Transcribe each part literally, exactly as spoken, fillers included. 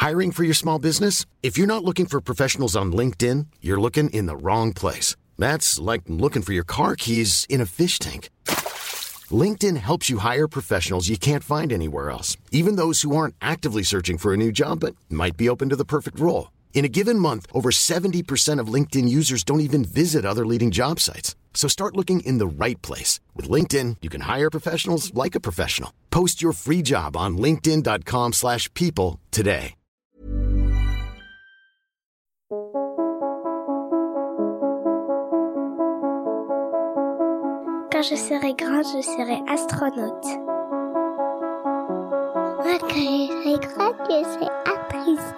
Hiring for your small business? If you're not looking for professionals on LinkedIn, you're looking in the wrong place. That's like looking for your car keys in a fish tank. LinkedIn helps you hire professionals you can't find anywhere else, even those who aren't actively searching for a new job but might be open to the perfect role. In a given month, over seventy percent of LinkedIn users don't even visit other leading job sites. So start looking in the right place. With LinkedIn, you can hire professionals like a professional. Post your free job on linkedin.com slash people today. Quand je serai grande, je serai astronaute. Moi, quand je serai grande, je serai actrice.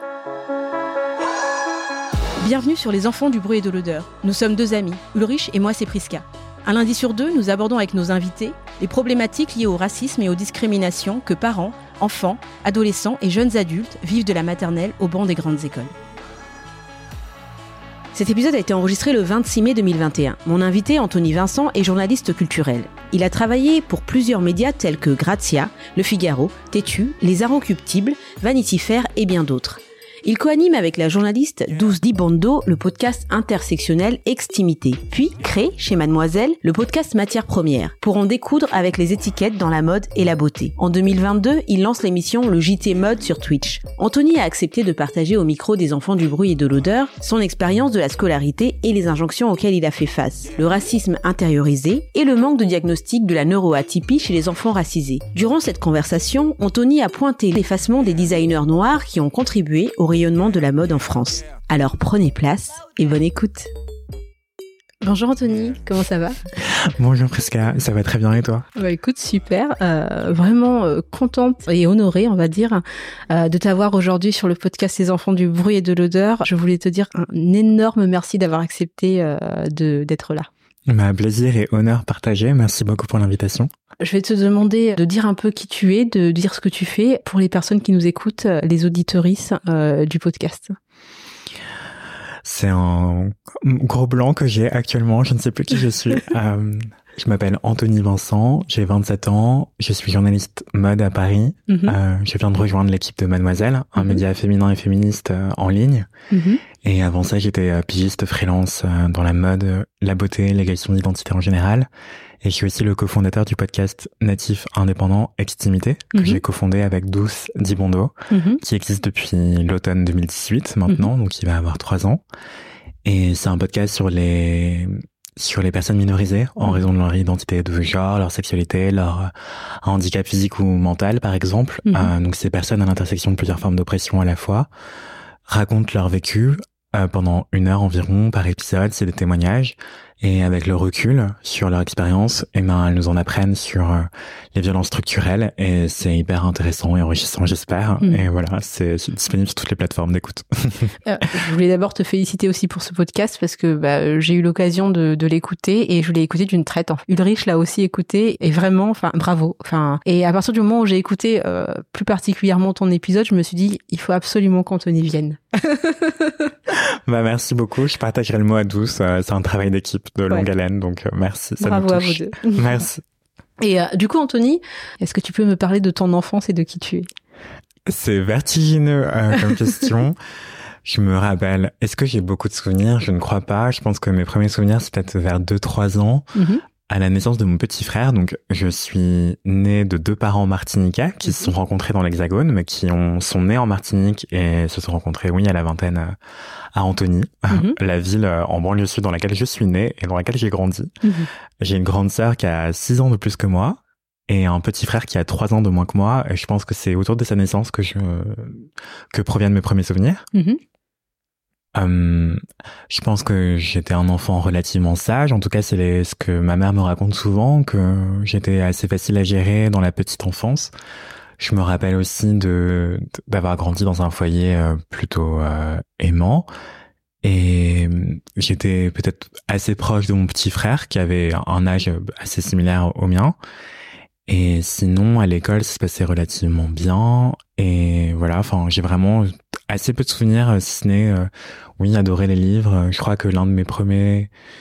Bienvenue sur Les Enfants du bruit et de l'odeur. Nous sommes deux amis, Ulrich et moi c'est Priska. Un lundi sur deux, nous abordons avec nos invités les problématiques liées au racisme et aux discriminations que parents, enfants, adolescents et jeunes adultes vivent de la maternelle au banc des grandes écoles. Cet épisode a été enregistré le vingt-six mai deux mille vingt et un. Mon invité, Anthony Vincent, est journaliste culturel. Il a travaillé pour plusieurs médias tels que Grazia, Le Figaro, Tétu, Les Inrecuptibles, Vanity Fair et bien d'autres. Il co-anime avec la journaliste Douce Dibondo le podcast intersectionnel Extimité, puis crée chez Mademoiselle le podcast Matière Première, pour en découdre avec les étiquettes dans la mode et la beauté. En deux mille vingt-deux, il lance l'émission Le J T Mode sur Twitch. Anthony a accepté de partager au micro des Enfants du bruit et de l'odeur son expérience de la scolarité et les injonctions auxquelles il a fait face, le racisme intériorisé et le manque de diagnostic de la neuroatypie chez les enfants racisés. Durant cette conversation, Anthony a pointé l'effacement des designers noirs qui ont contribué au rayonnement de la mode en France. Alors prenez place et bonne écoute. Bonjour Anthony, comment ça va ? Bonjour Priska, ça va très bien et toi ? Bah écoute, super, euh, vraiment euh, contente et honorée, on va dire, euh, de t'avoir aujourd'hui sur le podcast Les Enfants du bruit et de l'odeur. Je voulais te dire un énorme merci d'avoir accepté euh, de, d'être là. Ma plaisir et honneur partagé, merci beaucoup pour l'invitation. Je vais te demander de dire un peu qui tu es, de dire ce que tu fais pour les personnes qui nous écoutent, les auditorices euh, du podcast. C'est un gros blanc que j'ai actuellement, je ne sais plus qui je suis. euh, je m'appelle Anthony Vincent, j'ai vingt-sept ans, je suis journaliste mode à Paris. Mm-hmm. Euh, je viens de rejoindre l'équipe de Mademoiselle, un mm-hmm. média féminin et féministe euh, en ligne. Mm-hmm. Et avant ça, j'étais euh, pigiste freelance euh, dans la mode, la beauté, les questions d'identité en général. Et je suis aussi le cofondateur du podcast natif indépendant Extimité, que mm-hmm. j'ai cofondé avec Douce Dibondo, mm-hmm. qui existe depuis l'automne deux mille dix-huit maintenant, mm-hmm. donc il va avoir trois ans. Et c'est un podcast sur les sur les personnes minorisées en raison de leur identité de genre, leur sexualité, leur handicap physique ou mental, par exemple. Mm-hmm. Euh, donc ces personnes à l'intersection de plusieurs formes d'oppression à la fois racontent leur vécu euh, pendant une heure environ par épisode. C'est des témoignages. Et avec le recul sur leur expérience, eh ben, elles nous en apprennent sur euh, les violences structurelles et c'est hyper intéressant et enrichissant, j'espère. Mmh. Et voilà, c'est, c'est disponible sur toutes les plateformes d'écoute. euh, je voulais d'abord te féliciter aussi pour ce podcast parce que bah, j'ai eu l'occasion de, de l'écouter et je l'ai écouté d'une traite. Enfin, Ulrich l'a aussi écouté et vraiment, enfin, bravo. Enfin, et à partir du moment où j'ai écouté euh, plus particulièrement ton épisode, je me suis dit, il faut absolument qu'Anthony vienne. Bah merci beaucoup. Je partagerai le mot à Douce. C'est un travail d'équipe de longue ouais. haleine, donc euh, merci. Ça Bravo me à touche. vous deux. Merci. Et euh, du coup, Anthony, est-ce que tu peux me parler de ton enfance et de qui tu es ? C'est vertigineux euh, comme question. Je me rappelle. Est-ce que j'ai beaucoup de souvenirs ? Je ne crois pas. Je pense que mes premiers souvenirs, c'est peut-être vers deux trois ans. Mm-hmm. À la naissance de mon petit frère, donc je suis né de deux parents martiniquais qui mm-hmm. se sont rencontrés dans l'Hexagone, mais qui ont, sont nés en Martinique et se sont rencontrés, oui, à la vingtaine à Antony, mm-hmm. la ville en banlieue sud dans laquelle je suis né et dans laquelle j'ai grandi. Mm-hmm. J'ai une grande sœur qui a six ans de plus que moi et un petit frère qui a trois ans de moins que moi. Et je pense que c'est autour de sa naissance que je que proviennent mes premiers souvenirs. Mm-hmm. Euh, je pense que j'étais un enfant relativement sage. En tout cas, c'est les, ce que ma mère me raconte souvent, que j'étais assez facile à gérer dans la petite enfance. Je me rappelle aussi de d'avoir grandi dans un foyer euh, plutôt euh, aimant. Et j'étais peut-être assez proche de mon petit frère, qui avait un âge assez similaire au mien. Et sinon, à l'école, ça se passait relativement bien. Et voilà, enfin, j'ai vraiment assez peu de souvenirs, si ce n'est, euh, oui, adorer les livres. Je crois que l'un de mes premiers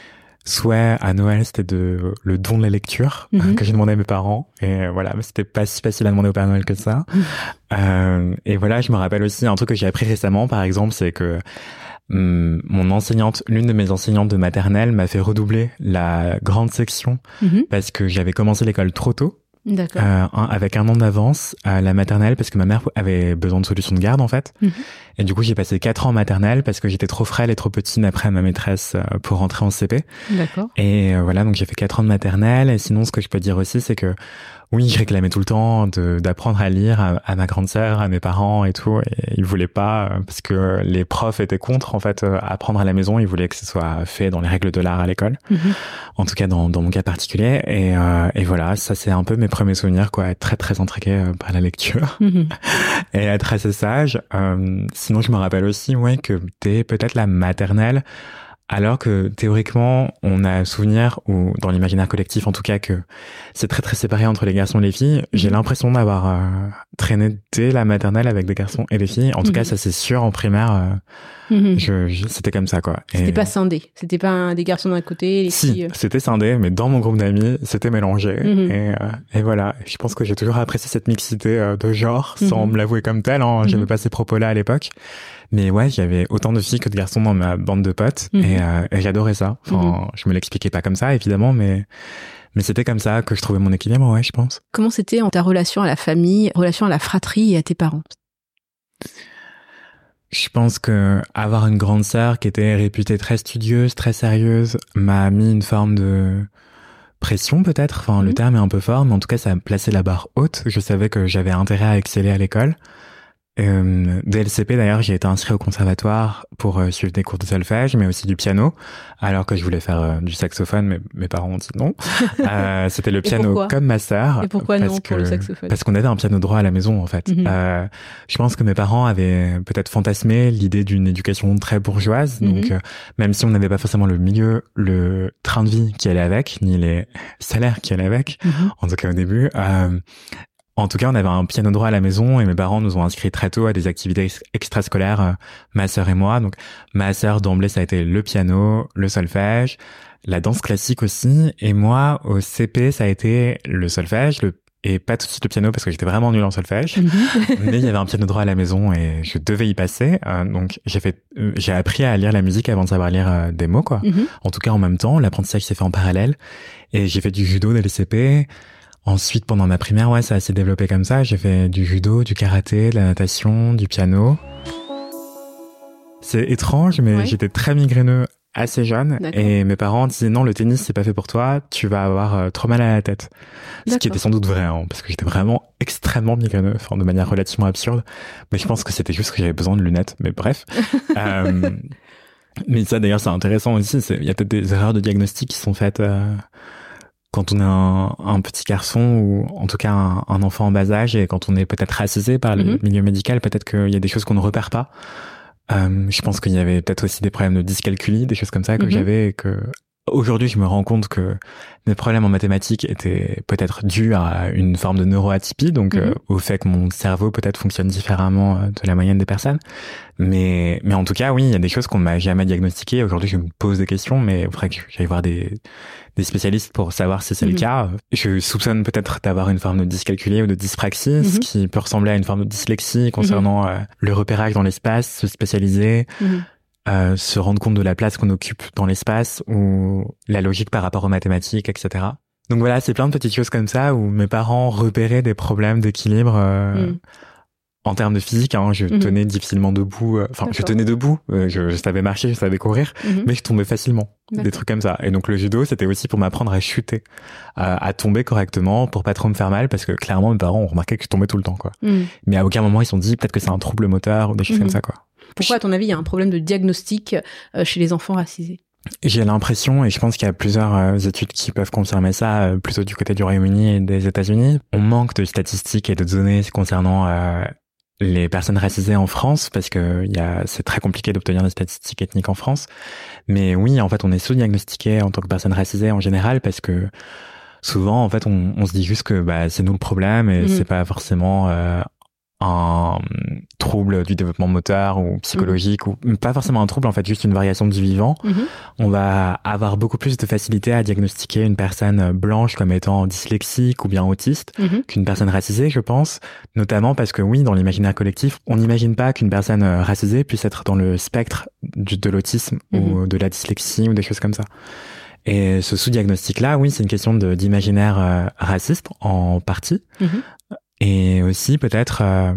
souhait à Noël, c'était de le don de la lecture mm-hmm. que j'ai demandé à mes parents. Et voilà, mais c'était pas si facile à demander au Père Noël que ça. Mm. Euh, et voilà, je me rappelle aussi un truc que j'ai appris récemment, par exemple, c'est que hum, mon enseignante, l'une de mes enseignantes de maternelle, m'a fait redoubler la grande section mm-hmm. parce que j'avais commencé l'école trop tôt. D'accord. Euh, un, avec un an d'avance à la maternelle parce que ma mère avait besoin de solutions de garde en fait. Mmh. Et du coup j'ai passé quatre ans en maternelle parce que j'étais trop frêle et trop petite après ma maîtresse euh, pour rentrer en C P. D'accord. Et euh, voilà, donc j'ai fait quatre ans de maternelle. Et sinon ce que je peux dire aussi c'est que oui, je réclamais tout le temps de, d'apprendre à lire à, à ma grande sœur, à mes parents et tout. Et ils voulaient pas, parce que les profs étaient contre, en fait, apprendre à la maison. Ils voulaient que ce soit fait dans les règles de l'art à l'école. Mm-hmm. En tout cas, dans, dans mon cas particulier. Et, euh, et voilà, ça, c'est un peu mes premiers souvenirs, quoi. Être très, très intrigué par la lecture. Mm-hmm. Et être assez sage. Euh, sinon, je me rappelle aussi, ouais, que dès peut-être la maternelle, alors que théoriquement, on a souvenir, ou dans l'imaginaire collectif en tout cas, que c'est très très séparé entre les garçons et les filles. Mmh. J'ai l'impression d'avoir euh, traîné dès la maternelle avec des garçons et des filles. En tout mmh. cas, ça c'est sûr, en primaire, euh, mmh. je, je, c'était comme ça, quoi. C'était et... pas scindé. C'était pas un, des garçons d'un côté, les si, filles. C'était scindé, mais dans mon groupe d'amis, c'était mélangé. Mmh. Et, euh, et voilà. Je pense que j'ai toujours apprécié cette mixité euh, de genre, mmh. sans me l'avouer comme tel. Hein. Mmh. J'avais pas ces propos-là à l'époque. Mais ouais, il y avait autant de filles que de garçons dans ma bande de potes. Mmh. Et, euh, et j'adorais ça. Enfin, mmh. je me l'expliquais pas comme ça, évidemment, mais... Mais c'était comme ça que je trouvais mon équilibre, ouais, je pense. Comment c'était en ta relation à la famille, relation à la fratrie et à tes parents? Je pense que avoir une grande sœur qui était réputée très studieuse, très sérieuse, m'a mis une forme de pression peut-être. Enfin, mmh. le terme est un peu fort, mais en tout cas, ça a placé la barre haute. Je savais que j'avais intérêt à exceller à l'école. Euh, dès le C P d'ailleurs, j'ai été inscrit au conservatoire pour euh, suivre des cours de solfège, mais aussi du piano, alors que je voulais faire euh, du saxophone, mais mes parents ont dit non. euh, c'était le piano comme ma sœur. Et pourquoi parce non que, pour le saxophone? Parce qu'on avait un piano droit à la maison en fait. Mm-hmm. Euh, je pense que mes parents avaient peut-être fantasmé l'idée d'une éducation très bourgeoise, mm-hmm. donc euh, même si on n'avait pas forcément le milieu, le train de vie qui allait avec, ni les salaires qui allaient avec, mm-hmm. en tout cas au début. Euh, En tout cas, on avait un piano droit à la maison et mes parents nous ont inscrits très tôt à des activités ex- extrascolaires, euh, ma sœur et moi. Donc, ma sœur, d'emblée, ça a été le piano, le solfège, la danse classique aussi. Et moi, au C P, ça a été le solfège, le et pas tout de suite le piano parce que j'étais vraiment nulle en solfège. Mm-hmm. Mais il y avait un piano droit à la maison et je devais y passer. Euh, donc, j'ai fait, euh, j'ai appris à lire la musique avant de savoir lire euh, des mots, quoi. Mm-hmm. En tout cas, en même temps, l'apprentissage s'est fait en parallèle. Et j'ai fait du judo dès le C P. Ensuite, pendant ma primaire, ouais, ça s'est développé comme ça. J'ai fait du judo, du karaté, de la natation, du piano. C'est étrange, mais ouais. j'étais très migraineux assez jeune. D'accord. Et mes parents disaient non, le tennis, c'est pas fait pour toi. Tu vas avoir euh, trop mal à la tête. D'accord. Ce qui était sans doute vrai, hein, parce que j'étais vraiment extrêmement migraineux, enfin, de manière relativement absurde. Mais je pense que c'était juste que j'avais besoin de lunettes. Mais bref. euh, mais ça, d'ailleurs, c'est intéressant aussi. Il y a peut-être des erreurs de diagnostic qui sont faites... Euh, quand on est un, un petit garçon ou en tout cas un, un enfant en bas âge et quand on est peut-être racisé par le mm-hmm. milieu médical, peut-être qu'il y a des choses qu'on ne repère pas. Euh, je pense qu'il y avait peut-être aussi des problèmes de dyscalculie, des choses comme ça que mm-hmm. j'avais et que aujourd'hui je me rends compte que mes problèmes en mathématiques étaient peut-être dus à une forme de neuroatypie, donc mm-hmm. euh, au fait que mon cerveau peut-être fonctionne différemment euh, de la moyenne des personnes. Mais mais en tout cas, oui, il y a des choses qu'on ne m'a jamais diagnostiquées. Aujourd'hui, je me pose des questions, mais il faudrait que j'aille voir des des spécialistes pour savoir si c'est mmh. le cas. Je soupçonne peut-être d'avoir une forme de dyscalculie ou de dyspraxie, mmh. ce qui peut ressembler à une forme de dyslexie concernant mmh. euh, le repérage dans l'espace, se spécialiser, mmh. euh, se rendre compte de la place qu'on occupe dans l'espace ou la logique par rapport aux mathématiques, et cetera. Donc voilà, c'est plein de petites choses comme ça où mes parents repéraient des problèmes d'équilibre euh, mmh. en termes de physique. Hein, je mmh. tenais difficilement debout. Enfin, euh, je tenais debout. Euh, je, je savais marcher, je savais courir, mmh. mais je tombais facilement. D'accord. Des trucs comme ça. Et donc le judo, c'était aussi pour m'apprendre à chuter, à, à tomber correctement, pour pas trop me faire mal, parce que clairement mes parents ont remarqué que je tombais tout le temps, quoi. Mmh. Mais à aucun moment ils se sont dit peut-être que c'est un trouble moteur ou des choses mmh. comme ça, quoi. Pourquoi, à ton avis, il y a un problème de diagnostic euh, chez les enfants racisés? J'ai l'impression, et je pense qu'il y a plusieurs euh, études qui peuvent confirmer ça, euh, plutôt du côté du Royaume-Uni et des États-Unis. On manque de statistiques et de données concernant euh, les personnes racisées en France, parce que y a, c'est très compliqué d'obtenir des statistiques ethniques en France. Mais oui, en fait, on est sous-diagnostiqué en tant que personne racisée en général, parce que souvent, en fait, on, on se dit juste que bah, c'est nous le problème et mmh. c'est pas forcément euh, un trouble du développement moteur ou psychologique, mmh. ou pas forcément un trouble, en fait, juste une variation du vivant, mmh. on va avoir beaucoup plus de facilité à diagnostiquer une personne blanche comme étant dyslexique ou bien autiste mmh. qu'une personne racisée, je pense, notamment parce que oui, dans l'imaginaire collectif, on n'imagine pas qu'une personne racisée puisse être dans le spectre du, de l'autisme mmh. ou de la dyslexie ou des choses comme ça. Et ce sous-diagnostic-là, oui, c'est une question de, d'imaginaire euh, raciste en partie. Mmh. Et aussi peut-être euh,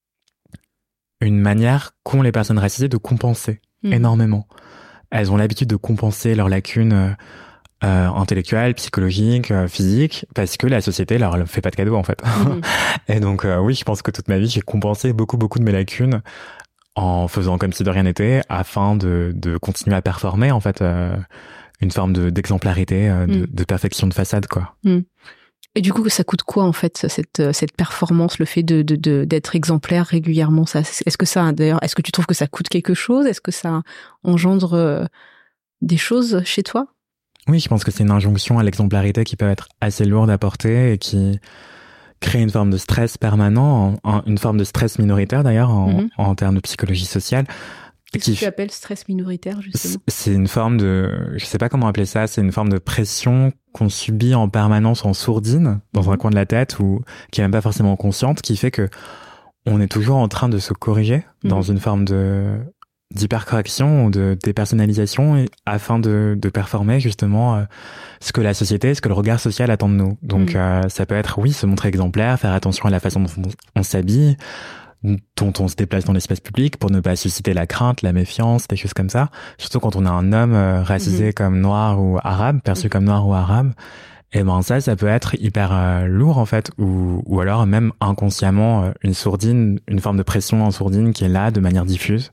une manière qu'ont les personnes racisées de compenser mmh. énormément. Elles ont l'habitude de compenser leurs lacunes euh, euh, intellectuelles, psychologiques, euh, physiques, parce que la société leur fait pas de cadeaux en fait. Mmh. Et donc euh, oui, je pense que toute ma vie, j'ai compensé beaucoup beaucoup de mes lacunes en faisant comme si de rien n'était, afin de, de continuer à performer en fait, euh, une forme de, d'exemplarité, euh, mmh. de, de perfection de façade quoi. Mmh. Et du coup, ça coûte quoi en fait cette cette performance, le fait de, de, de d'être exemplaire régulièrement? Ça, est-ce que ça, d'ailleurs, est-ce que tu trouves que ça coûte quelque chose? Est-ce que ça engendre euh, des choses chez toi? Oui, je pense que c'est une injonction à l'exemplarité qui peut être assez lourde à porter et qui crée une forme de stress permanent, en, en, une forme de stress minoritaire d'ailleurs en, mm-hmm. en termes de psychologie sociale. Qu'est-ce que tu appelles stress minoritaire, justement? C'est une forme de, je sais pas comment appeler ça, c'est une forme de pression qu'on subit en permanence en sourdine, dans mmh. un coin de la tête, ou qui est même pas forcément consciente, qui fait que on est toujours en train de se corriger mmh. dans une forme de, d'hypercorrection ou de dépersonnalisation, et, afin de, de performer, justement, euh, ce que la société, ce que le regard social attend de nous. Donc, mmh. euh, ça peut être, oui, se montrer exemplaire, faire attention à la façon dont on, on s'habille, dont on se déplace dans l'espace public pour ne pas susciter la crainte, la méfiance, des choses comme ça. Surtout quand on a un homme euh, racisé mmh. comme noir ou arabe, perçu mmh. comme noir ou arabe. Et ben ça, ça peut être hyper euh, lourd en fait, ou ou alors même inconsciemment euh, une sourdine, une forme de pression en sourdine qui est là de manière diffuse.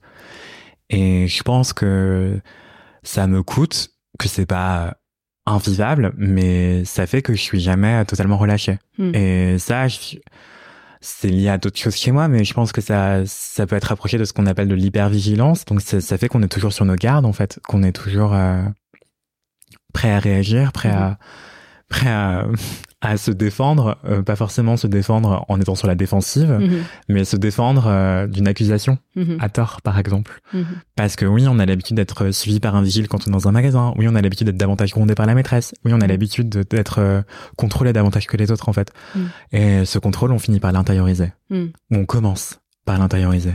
Et je pense que ça me coûte, que c'est pas invivable, mais ça fait que je suis jamais totalement relâché. Mmh. Et ça, je, c'est lié à d'autres choses chez moi, mais je pense que ça, ça peut être rapproché de ce qu'on appelle de l'hypervigilance. Donc, ça, ça fait qu'on est toujours sur nos gardes, en fait, qu'on est toujours euh, prêt à réagir, prêt mmh. à, prêt à, à se défendre, euh, pas forcément se défendre en étant sur la défensive, mmh. mais se défendre euh, d'une accusation mmh. à tort, par exemple. Mmh. Parce que oui, on a l'habitude d'être suivi par un vigile quand on est dans un magasin. Oui, on a l'habitude d'être davantage grondé par la maîtresse. Oui, on a mmh. l'habitude d'être euh, contrôlé davantage que les autres, en fait. Mmh. Et ce contrôle, on finit par l'intérioriser. Mmh. On commence par l'intérioriser.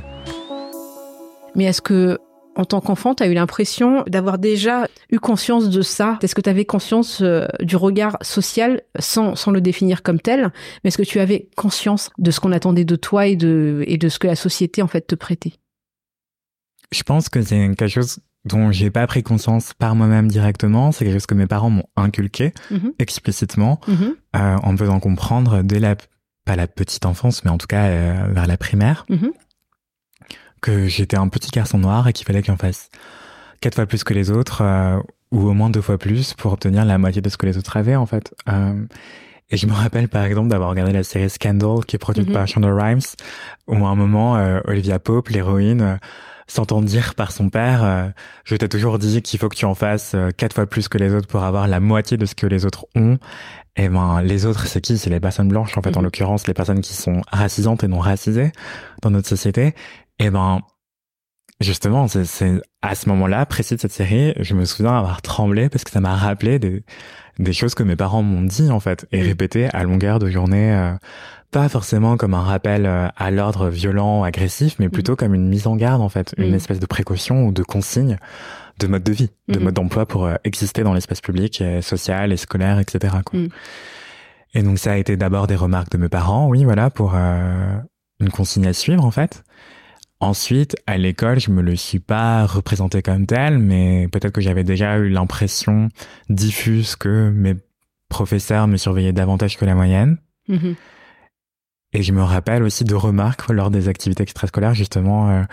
Mais est-ce que, en tant qu'enfant, tu as eu l'impression d'avoir déjà eu conscience de ça? Est-ce que tu avais conscience euh, du regard social sans, sans le définir comme tel? Mais est-ce que tu avais conscience de ce qu'on attendait de toi et de, et de ce que la société, en fait, te prêtait? Je pense que c'est quelque chose dont j'ai pas pris conscience par moi-même directement. C'est quelque chose que mes parents m'ont inculqué mmh. explicitement, mmh. euh, en me faisant comprendre dès la, pas la petite enfance, mais en tout cas euh, vers la primaire, mmh. que j'étais un petit garçon noir et qu'il fallait qu'on fasse quatre fois plus que les autres, euh, ou au moins deux fois plus pour obtenir la moitié de ce que les autres avaient, en fait. Euh, et je me rappelle, par exemple, d'avoir regardé la série Scandal, qui est produite mm-hmm. par Shonda Rhimes, où à un moment, euh, Olivia Pope, l'héroïne, euh, s'entend dire par son père, euh, je t'ai toujours dit qu'il faut que tu en fasses euh, quatre fois plus que les autres pour avoir la moitié de ce que les autres ont. Et ben, les autres, c'est qui? C'est les personnes blanches, en fait, mm-hmm. en l'occurrence, les personnes qui sont racisantes et non racisées dans notre société. Et ben, justement, c'est, c'est à ce moment-là, précis de cette série, je me souviens avoir tremblé parce que ça m'a rappelé des, des choses que mes parents m'ont dit, en fait, et répétées à longueur de journée, euh, pas forcément comme un rappel euh, à l'ordre violent, agressif, mais plutôt mmh. comme une mise en garde, en fait, mmh. une espèce de précaution ou de consigne de mode de vie, de mmh. mode d'emploi pour euh, exister dans l'espace public, et social et scolaire, et cetera, quoi. Mmh. Et donc, ça a été d'abord des remarques de mes parents, oui, voilà, pour euh, une consigne à suivre, en fait. Ensuite, à l'école, je me le suis pas représenté comme tel, mais peut-être que j'avais déjà eu l'impression diffuse que mes professeurs me surveillaient davantage que la moyenne. Mmh. Et je me rappelle aussi de remarques lors des activités extrascolaires, justement, euh,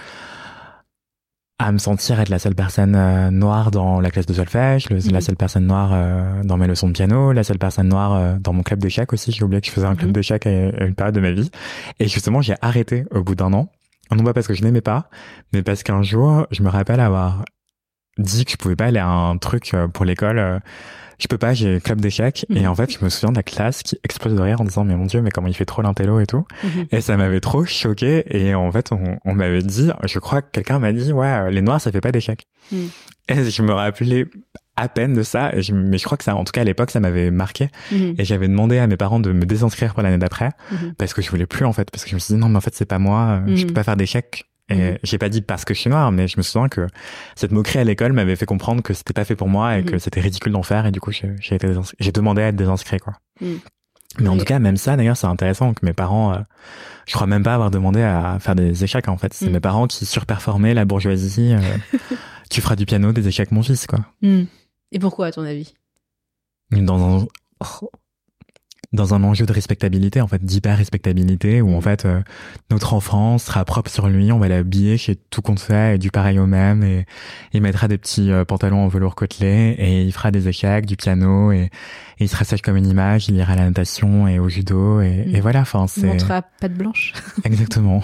à me sentir être la seule personne euh, noire dans la classe de solfège, le, mmh. la seule personne noire euh, dans mes leçons de piano, la seule personne noire euh, dans mon club d'échecs aussi. J'ai oublié que je faisais un club mmh. d'échecs à, à une période de ma vie. Et justement, j'ai arrêté au bout d'un an. Non pas parce que je n'aimais pas, mais parce qu'un jour, je me rappelle avoir dit que je pouvais pas aller à un truc pour l'école. je peux pas, j'ai club d'échecs. Mmh. Et en fait, je me souviens de la classe qui explose de rire en disant, mais mon Dieu, mais comment il fait trop l'intello et tout. Mmh. Et ça m'avait trop choqué. Et en fait, on, on m'avait dit, je crois que quelqu'un m'a dit, ouais, les noirs, ça fait pas d'échecs. Mmh. Et je me rappelais à peine de ça. Et je, mais je crois que ça, en tout cas, à l'époque, ça m'avait marqué. Mmh. Et j'avais demandé à mes parents de me désinscrire pour l'année d'après. Mmh. Parce que je voulais plus, en fait. Parce que je me suis dit, non, mais en fait, c'est pas moi. Mmh. Je peux pas faire d'échecs. Et mmh. j'ai pas dit parce que je suis noire, mais je me souviens que cette moquerie à l'école m'avait fait comprendre que c'était pas fait pour moi et mmh. que c'était ridicule d'en faire. Et du coup, j'ai, j'ai, été désinscrit, j'ai demandé à être désinscrit, quoi. Mmh. Mais en oui. tout cas, même ça, d'ailleurs, c'est intéressant que mes parents, euh, je crois même pas avoir demandé à faire des échecs, en fait. C'est mmh. mes parents qui surperformaient la bourgeoisie. Euh, tu feras du piano, des échecs, mon fils, quoi. Mmh. Et pourquoi, à ton avis? Dans un... Oh. Dans un enjeu de respectabilité, en fait, d'hyper-respectabilité, où en fait, euh, notre enfant sera propre sur lui, on va l'habiller chez tout compte fait, et du pareil au même, et il mettra des petits euh, pantalons en velours côtelé, et il fera des échecs, du piano, et, et il sera sage comme une image, il ira à la natation et au judo, et, mmh. et voilà, enfin, c'est... Il montrera patte blanche. Exactement.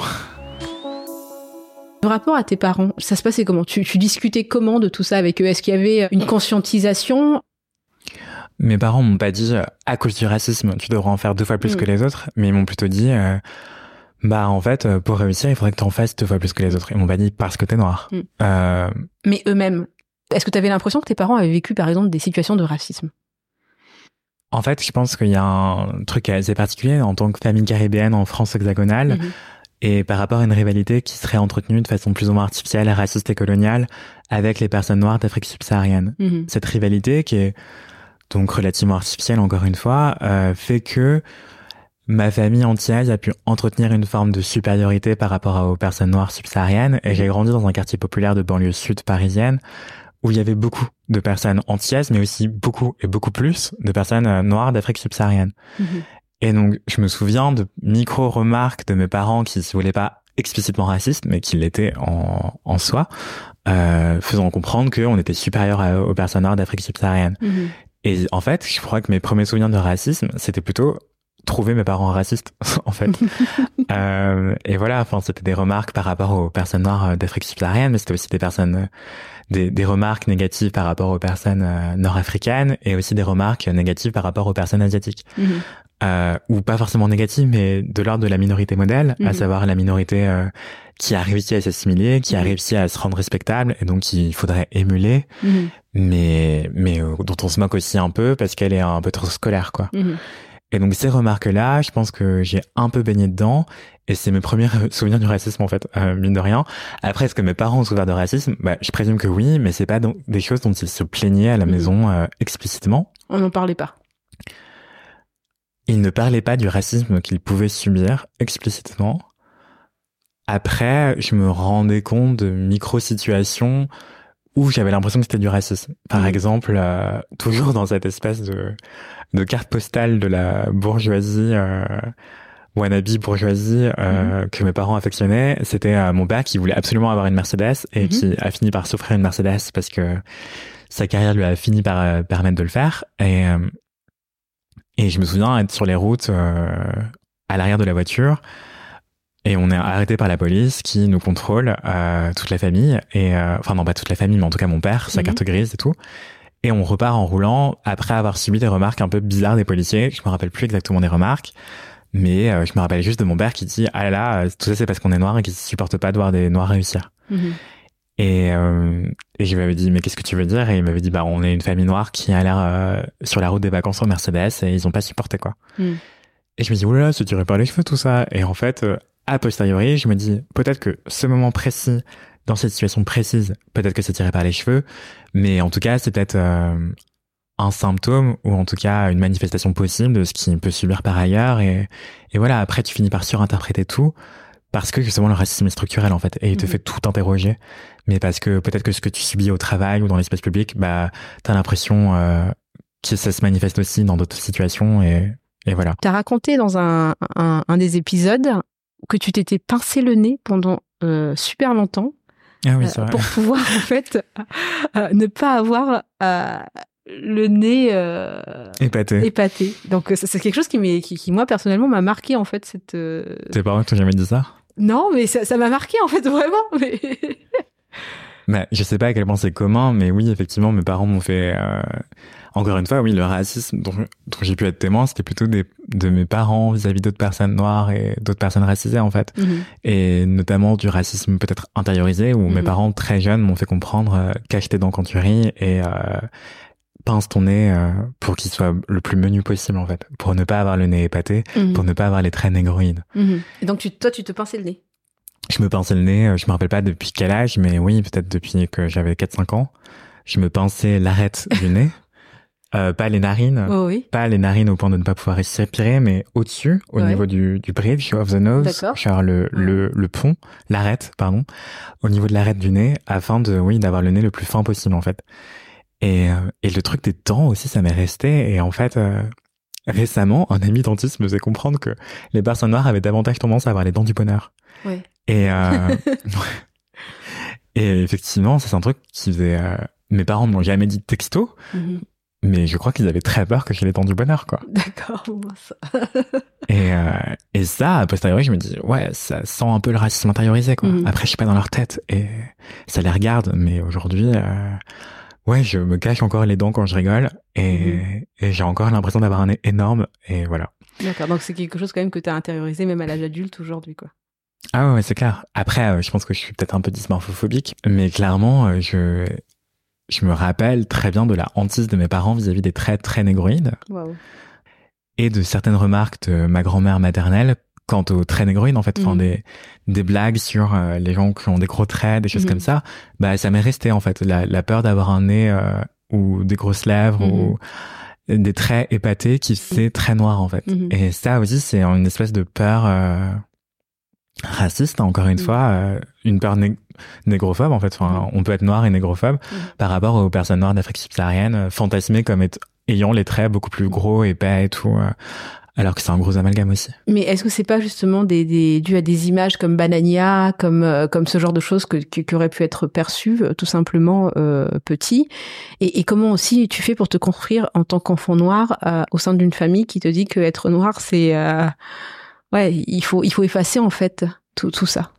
Le rapport à tes parents, ça se passait comment? Tu, tu discutais comment de tout ça avec eux? Est-ce qu'il y avait une conscientisation? Mes parents m'ont pas dit, à cause du racisme, tu devrais en faire deux fois plus mmh. que les autres, mais ils m'ont plutôt dit, euh, bah en fait, pour réussir, il faudrait que tu en fasses deux fois plus que les autres. Ils m'ont pas dit parce que t'es noir. Mmh. Euh... Mais eux-mêmes, est-ce que tu avais l'impression que tes parents avaient vécu, par exemple, des situations de racisme? En fait, je pense qu'il y a un truc assez particulier en tant que famille caribéenne en France hexagonale, mmh. et par rapport à une rivalité qui serait entretenue de façon plus ou moins artificielle, raciste et coloniale, avec les personnes noires d'Afrique subsaharienne. Mmh. Cette rivalité qui est donc relativement artificielle encore une fois, euh, fait que ma famille entière a pu entretenir une forme de supériorité par rapport aux personnes noires subsahariennes. Et j'ai grandi dans un quartier populaire de banlieue sud parisienne où il y avait beaucoup de personnes antillaises, mais aussi beaucoup et beaucoup plus de personnes noires d'Afrique subsaharienne. Mmh. Et donc, je me souviens de micro-remarques de mes parents qui ne voulaient pas explicitement racistes, mais qui l'étaient en, en soi, euh, faisant comprendre qu'on était supérieur à, aux personnes noires d'Afrique subsaharienne. Mmh. Et en fait, je crois que mes premiers souvenirs de racisme, c'était plutôt trouver mes parents racistes, en fait. euh, et voilà, enfin, c'était des remarques par rapport aux personnes noires d'Afrique subsaharienne, mais c'était aussi des personnes, des, des remarques négatives par rapport aux personnes euh, nord-africaines, et aussi des remarques négatives par rapport aux personnes asiatiques. Mm-hmm. Euh, ou pas forcément négatives, mais de l'ordre de la minorité modèle, mm-hmm. à savoir la minorité euh, qui a réussi à s'assimiler, qui mm-hmm. a réussi à se rendre respectable, et donc il faudrait émuler, mm-hmm. mais mais euh, dont on se moque aussi un peu parce qu'elle est un peu trop scolaire, quoi. Mm-hmm. Et donc ces remarques-là, je pense que j'ai un peu baigné dedans, et c'est mes premiers souvenirs du racisme, en fait, euh, mine de rien. Après, est-ce que mes parents ont souffert de racisme? Bah, je présume que oui, mais c'est pas donc des choses dont ils se plaignaient à la mm-hmm. maison euh, explicitement. On n'en parlait pas. Ils ne parlaient pas du racisme qu'ils pouvaient subir explicitement. Après, je me rendais compte de micro-situations où j'avais l'impression que c'était du racisme. Par mmh. exemple, euh, toujours dans cette espèce de, de carte postale de la bourgeoisie, euh, wannabe bourgeoisie, euh, mmh. que mes parents affectionnaient, c'était euh, mon père qui voulait absolument avoir une Mercedes et mmh. qui a fini par s'offrir une Mercedes parce que sa carrière lui a fini par euh, permettre de le faire. Et... Euh, Et je me souviens être sur les routes euh, à l'arrière de la voiture et on est arrêté par la police qui nous contrôle, euh, toute la famille, et euh, enfin non pas toute la famille, mais en tout cas mon père, sa mmh. carte grise et tout. Et on repart en roulant après avoir subi des remarques un peu bizarres des policiers. Je me rappelle plus exactement des remarques, mais euh, je me rappelle juste de mon père qui dit « Ah là là, tout ça c'est parce qu'on est noir et qu'il supporte pas de voir des noirs réussir. Mmh. » Et, euh, et je lui avais dit, mais qu'est-ce que tu veux dire? Et il m'avait dit, bah, on est une famille noire qui a l'air euh, sur la route des vacances en Mercedes et ils ont pas supporté, quoi. Mm. Et je me dis, oulala, ça tirait par les cheveux, tout ça. Et en fait, euh, a posteriori, je me dis, peut-être que ce moment précis, dans cette situation précise, peut-être que c'est tiré par les cheveux, mais en tout cas, c'est peut-être euh, un symptôme ou en tout cas une manifestation possible de ce qu'il peut subir par ailleurs. Et, et voilà, après, tu finis par surinterpréter tout. Parce que justement le racisme est structurel, en fait, et il te mmh. fait tout interroger, mais parce que peut-être que ce que tu subis au travail ou dans l'espace public, bah t'as l'impression euh, que ça se manifeste aussi dans d'autres situations, et, et voilà. T'as raconté dans un, un, un des épisodes que tu t'étais pincé le nez pendant euh, super longtemps, ah oui, c'est euh, vrai. pour pouvoir en fait euh, ne pas avoir euh, le nez euh, épaté. épaté. Donc c'est, c'est quelque chose qui, m'est, qui, qui moi personnellement m'a marqué, en fait, cette. Euh... Tes parents t'ont jamais dit ça? Non, mais ça, ça m'a marqué, en fait, vraiment. Mais... bah, je sais pas à quel point c'est commun, mais oui, effectivement, mes parents m'ont fait... Euh... encore une fois, oui, le racisme dont, dont j'ai pu être témoin, c'était plutôt des, de mes parents vis-à-vis d'autres personnes noires et d'autres personnes racisées, en fait. Mm-hmm. Et notamment du racisme peut-être intériorisé, où mm-hmm. mes parents, très jeunes, m'ont fait comprendre euh, cache tes dents quand tu ris et euh, pince ton nez euh, pour qu'il soit le plus menu possible, en fait. Pour ne pas avoir le nez épaté, mm-hmm. pour ne pas avoir les traits négroïdes. Mm-hmm. Et donc, tu, toi, tu te pinçais le nez? Je me pinçais le nez, je me rappelle pas depuis quel âge, mais oui, peut-être depuis que j'avais quatre cinq ans. Je me pinçais l'arête du nez, euh, pas les narines, oh oui. pas les narines au point de ne pas pouvoir respirer, mais au-dessus, au ouais. niveau du, du bridge of the nose, genre le, ouais. le, le pont, l'arête, pardon, au niveau de l'arête du nez, afin de, oui, d'avoir le nez le plus fin possible, en fait. Et, et le truc des dents aussi, ça m'est resté, et en fait, euh, récemment, un ami dentiste me faisait comprendre que les personnes noires avaient davantage tendance à avoir les dents du bonheur. Ouais. Et, euh, et effectivement, ça, c'est un truc qui faisait, euh, mes parents ne m'ont jamais dit texto, mm-hmm. mais je crois qu'ils avaient très peur que j'ai les dents du bonheur, quoi. D'accord, bon, ça. et, euh, et ça, a posteriori, je me dis, ouais, ça sent un peu le racisme intériorisé, quoi. Mm-hmm. Après, je suis pas dans leur tête et ça les regarde, mais aujourd'hui, euh, ouais, je me cache encore les dents quand je rigole et, mm-hmm. et j'ai encore l'impression d'avoir un nez énorme et voilà. D'accord, donc c'est quelque chose quand même que tu as intériorisé même à l'âge adulte aujourd'hui, quoi. Ah ouais, c'est clair. Après, euh, je pense que je suis peut-être un peu dysmorphophobique, mais clairement, euh, je je me rappelle très bien de la hantise de mes parents vis-à-vis des traits très négroïdes. Wow. Et de certaines remarques de ma grand-mère maternelle quant aux traits négroïdes, en fait, enfin mmh. des des blagues sur euh, les gens qui ont des gros traits, des choses mmh. comme ça. Bah, ça m'est resté, en fait, la la peur d'avoir un nez euh, ou des grosses lèvres mmh. ou des traits épatés qui c'est très noir, en fait. Mmh. Et ça aussi, c'est une espèce de peur euh, raciste, encore une mmh. fois, euh, une peur né- négrophobe, en fait. Enfin, mmh. on peut être noir et négrophobe mmh. par rapport aux personnes noires d'Afrique subsaharienne, euh, fantasmées comme être, ayant les traits beaucoup plus gros, épais et tout, euh, alors que c'est un gros amalgame aussi. Mais est-ce que c'est pas justement des, des, dû à des images comme Banania, comme, euh, comme ce genre de choses que, que, qui auraient pu être perçues, euh, tout simplement, euh, petit? Et, et comment aussi tu fais pour te construire en tant qu'enfant noir euh, au sein d'une famille qui te dit que être noir, c'est... Euh, ouais, il faut, il faut effacer, en fait, tout, tout ça.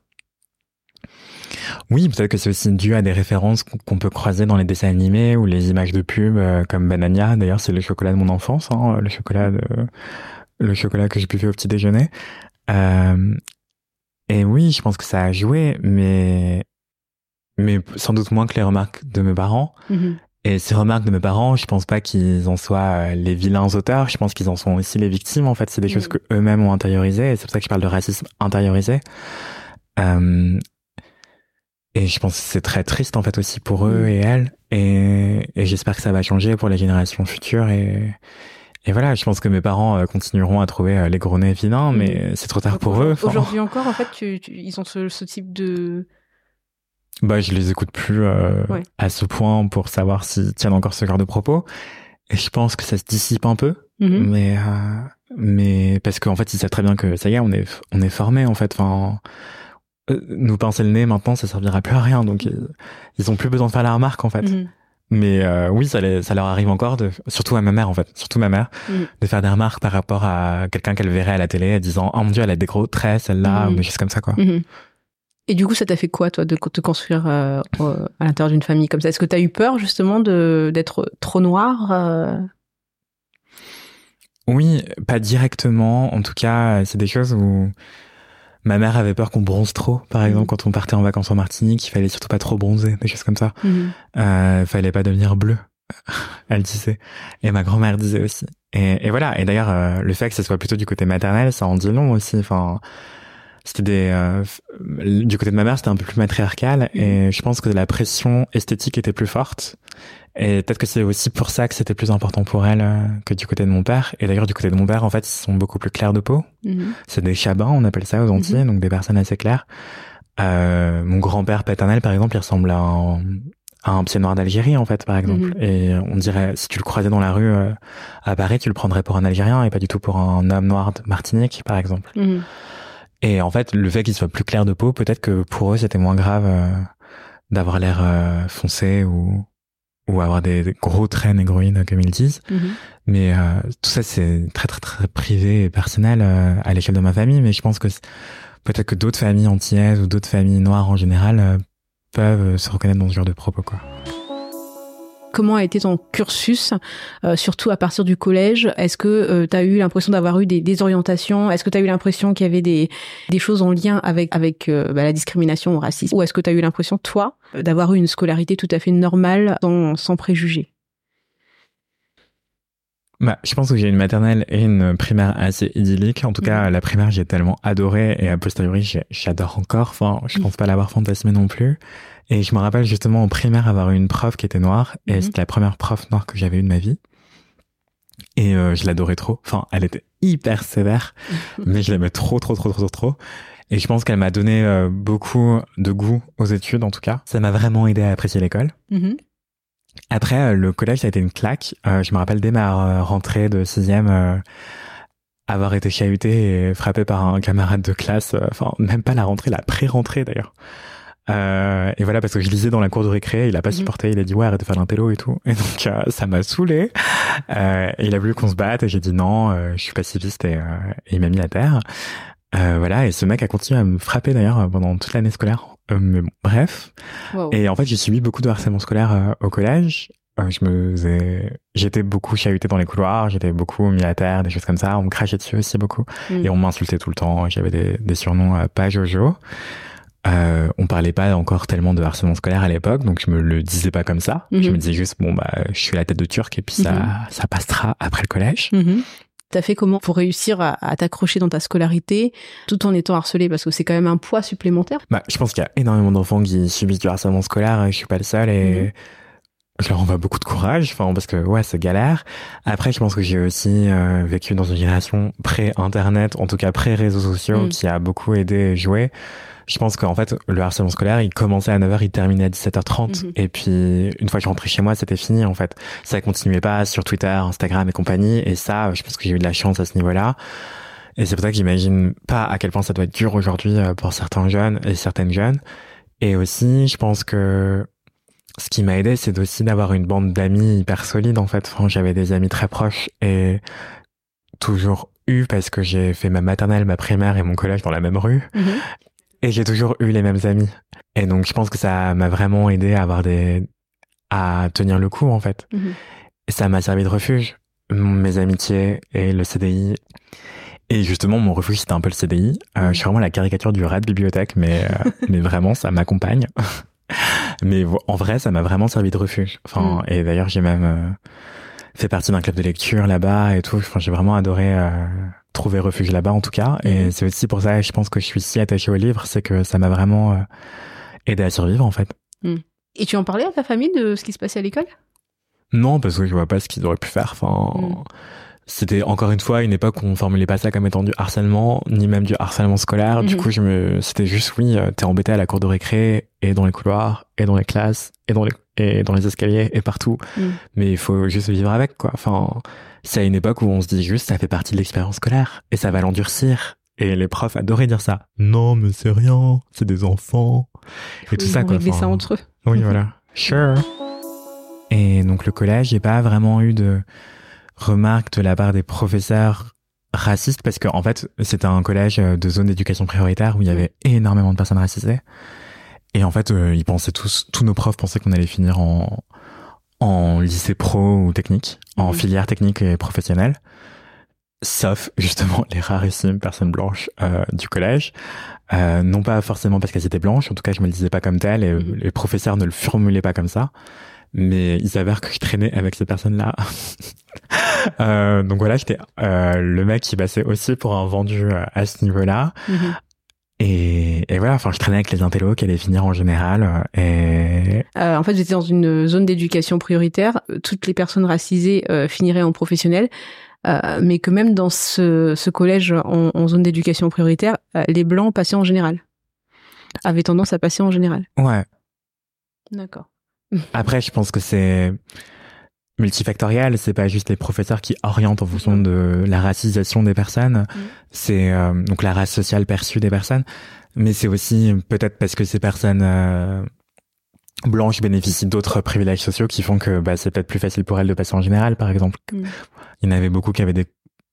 Oui, peut-être que c'est aussi dû à des références qu'on peut croiser dans les dessins animés ou les images de pub, euh, comme Banania. D'ailleurs, c'est le chocolat de mon enfance, hein, le chocolat de, le chocolat que j'ai buvais au petit déjeuner. Euh, et oui, je pense que ça a joué, mais, mais sans doute moins que les remarques de mes parents. Mm-hmm. Et ces remarques de mes parents, je pense pas qu'ils en soient les vilains auteurs, je pense qu'ils en sont aussi les victimes, en fait. C'est des mmh. choses que eux-mêmes ont intériorisées, et c'est pour ça que je parle de racisme intériorisé. Euh, et je pense que c'est très triste, en fait, aussi pour eux mmh. et elles, et, et j'espère que ça va changer pour les générations futures, et, et voilà, je pense que mes parents continueront à trouver les gros nez vilains, mmh. mais c'est trop tard Donc, pour eux. Aujourd'hui encore, en fait, tu, tu, ils ont ce, ce type de... Bah, je les écoute plus euh, ouais. à ce point pour savoir s'ils tiennent encore ce genre de propos. Et je pense que ça se dissipe un peu, mm-hmm. mais euh, mais parce qu'en fait, ils savent très bien que ça y est, on est on est formés en fait. Enfin, euh, nous pincer le nez maintenant, ça servira plus à rien. Donc ils, ils ont plus besoin de faire la remarque en fait. Mm-hmm. Mais euh, oui, ça, les, ça leur arrive encore, de, surtout à ma mère en fait, surtout ma mère, mm. de faire des remarques par rapport à quelqu'un qu'elle verrait à la télé, en disant oh mon Dieu, elle a des gros traits celle-là, mm. ou des choses comme ça quoi. Mm-hmm. Et du coup, ça t'a fait quoi, toi, de te construire euh, à l'intérieur d'une famille comme ça? Est-ce que t'as eu peur, justement, de, d'être trop noir euh... Oui, pas directement. En tout cas, c'est des choses où ma mère avait peur qu'on bronze trop. Par exemple, mmh. quand on partait en vacances en Martinique, il fallait surtout pas trop bronzer, des choses comme ça. Mmh. Euh, fallait pas devenir bleu, elle disait. Et ma grand-mère disait aussi. Et, et voilà. Et d'ailleurs, euh, le fait que ce soit plutôt du côté maternel, ça en dit long aussi. Enfin... C'était des, euh, du côté de ma mère, c'était un peu plus matriarcal mmh. et je pense que la pression esthétique était plus forte. Et peut-être que c'est aussi pour ça que c'était plus important pour elle euh, que du côté de mon père. Et d'ailleurs, du côté de mon père, en fait, ils sont beaucoup plus clairs de peau. Mmh. C'est des chabins, on appelle ça aux Antilles, mmh. donc des personnes assez claires. Euh, mon grand-père paternel, par exemple, il ressemble à un, à un pied noir d'Algérie, en fait, par exemple. Mmh. Et on dirait, si tu le croisais dans la rue euh, à Paris, tu le prendrais pour un Algérien et pas du tout pour un homme noir de Martinique, par exemple. Mmh. Et en fait, le fait qu'il soit plus clair de peau, peut-être que pour eux, c'était moins grave euh, d'avoir l'air euh, foncé ou ou avoir des, des gros traits négroïdes, comme ils disent. Mm-hmm. Mais euh, tout ça, c'est très, très, très privé et personnel euh, à l'échelle de ma famille. Mais je pense que peut-être que d'autres familles antillaises ou d'autres familles noires en général euh, peuvent se reconnaître dans ce genre de propos, quoi. Comment a été ton cursus, euh, surtout à partir du collège? Est-ce que euh, tu as eu l'impression d'avoir eu des désorientations? Est-ce que tu as eu l'impression qu'il y avait des, des choses en lien avec, avec euh, bah, la discrimination ou le racisme? Ou est-ce que tu as eu l'impression, toi, d'avoir eu une scolarité tout à fait normale, sans, sans préjugés? Bah, je pense que j'ai une maternelle et une primaire assez idyllique. En tout mmh. cas, la primaire, j'ai tellement adoré et a posteriori, j'ai, j'adore encore. Enfin, je pense pas l'avoir fantasmé non plus. Et je me rappelle justement en primaire avoir eu une prof qui était noire et mmh. c'était la première prof noire que j'avais eue de ma vie. Et euh, je l'adorais trop. Enfin, elle était hyper sévère, mmh. mais je l'aimais trop, trop, trop, trop, trop. Et je pense qu'elle m'a donné euh, beaucoup de goût aux études, en tout cas. Ça m'a vraiment aidé à apprécier l'école. Mmh. Après, le collège, ça a été une claque. Euh, je me rappelle dès ma rentrée de sixième, euh, avoir été chahuté et frappé par un camarade de classe. Euh, enfin, même pas la rentrée, la pré-rentrée d'ailleurs. Euh, et voilà, parce que je lisais dans la cour de récré, il a pas mmh. supporté, il a dit ouais, arrête de faire l'intello et tout. Et donc, euh, ça m'a saoulé. Euh, et il a voulu qu'on se batte et j'ai dit non, euh, je suis pacifiste et, euh, et il m'a mis à terre. Euh, voilà, et ce mec a continué à me frapper d'ailleurs pendant toute l'année scolaire. Euh, mais bon, bref. Wow. Et en fait, j'ai subi beaucoup de harcèlement scolaire euh, au collège. Euh, je me faisais... J'étais beaucoup chahuté dans les couloirs, j'étais beaucoup mis à terre, des choses comme ça. On me crachait dessus aussi beaucoup. Mm. Et on m'insultait tout le temps. J'avais des, des surnoms euh, pas Jojo. Euh, on parlait pas encore tellement de harcèlement scolaire à l'époque, donc je me le disais pas comme ça. Mm-hmm. Je me disais juste, bon, bah, je suis la tête de Turc et puis mm-hmm. ça, ça passera après le collège. Mm-hmm. T'as fait comment pour réussir à, à t'accrocher dans ta scolarité tout en étant harcelé, parce que c'est quand même un poids supplémentaire? Bah, je pense qu'il y a énormément d'enfants qui subissent du harcèlement scolaire et je suis pas le seul et mmh. je leur envoie beaucoup de courage, enfin, parce que ouais, c'est galère. Après, je pense que j'ai aussi euh, vécu dans une génération pré-internet, en tout cas pré-réseaux sociaux, mmh. qui a beaucoup aidé et joué. Je pense qu'en fait, le harcèlement scolaire, il commençait à neuf heures, il terminait à dix-sept heures trente. Mmh. Et puis, une fois que je rentrais chez moi, c'était fini, en fait. Ça continuait pas sur Twitter, Instagram et compagnie. Et ça, je pense que j'ai eu de la chance à ce niveau-là. Et c'est pour ça que j'imagine pas à quel point ça doit être dur aujourd'hui pour certains jeunes et certaines jeunes. Et aussi, je pense que ce qui m'a aidé, c'est aussi d'avoir une bande d'amis hyper solide, en fait. Enfin, j'avais des amis très proches et toujours eu, parce que j'ai fait ma maternelle, ma primaire et mon collège dans la même rue. Mmh. Et j'ai toujours eu les mêmes amis. Et donc, je pense que ça m'a vraiment aidé à avoir des, à tenir le coup, en fait. Mmh. Et ça m'a servi de refuge. Mes amitiés et le C D I. Et justement, mon refuge, c'était un peu le C D I. Euh, mmh. Je suis vraiment la caricature du rat de bibliothèque, mais, euh, mais vraiment, ça m'accompagne. Mais en vrai, ça m'a vraiment servi de refuge. Enfin, mmh. et d'ailleurs, j'ai même euh, fait partie d'un club de lecture là-bas et tout. Enfin, j'ai vraiment adoré, euh, trouver refuge là-bas en tout cas. Et mmh. c'est aussi pour ça, je pense que je suis si attachée au livre, c'est que ça m'a vraiment euh, aidé à survivre en fait. Mmh. Et tu en parlais à ta famille de ce qui se passait à l'école? Non, parce que je vois pas ce qu'ils auraient pu faire. Enfin, mmh. c'était encore une fois une époque où on formulait pas ça comme étant du harcèlement, ni même du harcèlement scolaire. Mmh. Du coup, je me, c'était juste oui, t'es embêté à la cour de récré et dans les couloirs et dans les classes et dans les et dans les escaliers et partout. Mmh. Mais il faut juste vivre avec quoi. Enfin. C'est à une époque où on se dit juste ça fait partie de l'expérience scolaire et ça va l'endurcir. Et les profs adoraient dire ça. Non, mais c'est rien, c'est des enfants. Et tout ça, quoi. Ils ça entre eux. Oui, voilà. Sure. Et donc le collège, j'ai pas vraiment eu de remarques de la part des professeurs racistes parce qu'en fait, c'était un collège de zone d'éducation prioritaire où il y avait énormément de personnes racisées. Et en fait, euh, ils pensaient tous, tous nos profs pensaient qu'on allait finir en en lycée pro ou technique, en mmh. filière technique et professionnelle, sauf justement les rarissimes personnes blanches euh, du collège, euh, non pas forcément parce qu'elles étaient blanches, en tout cas je me le disais pas comme tel, et mmh. les professeurs ne le formulaient pas comme ça, mais il s'avère que je traînais avec ces personnes-là. euh, donc voilà, j'étais euh, le mec qui passait aussi pour un vendu euh, à ce niveau-là. Mmh. Et, et voilà, enfin, je traînais avec les intellos qui allaient finir en général. Et euh, en fait, j'étais dans une zone d'éducation prioritaire. Toutes les personnes racisées euh, finiraient en professionnel, euh, mais que même dans ce, ce collège en, en zone d'éducation prioritaire, euh, les blancs passaient en général, avaient tendance à passer en général. Ouais. D'accord. Après, je pense que c'est multifactoriel, c'est pas juste les professeurs qui orientent en fonction mmh. de la racisation des personnes, mmh. c'est euh, donc la race sociale perçue des personnes, mais c'est aussi peut-être parce que ces personnes euh, blanches bénéficient d'autres privilèges sociaux qui font que bah, c'est peut-être plus facile pour elles de passer en général, par exemple. Mmh. Il y en avait beaucoup qui avaient des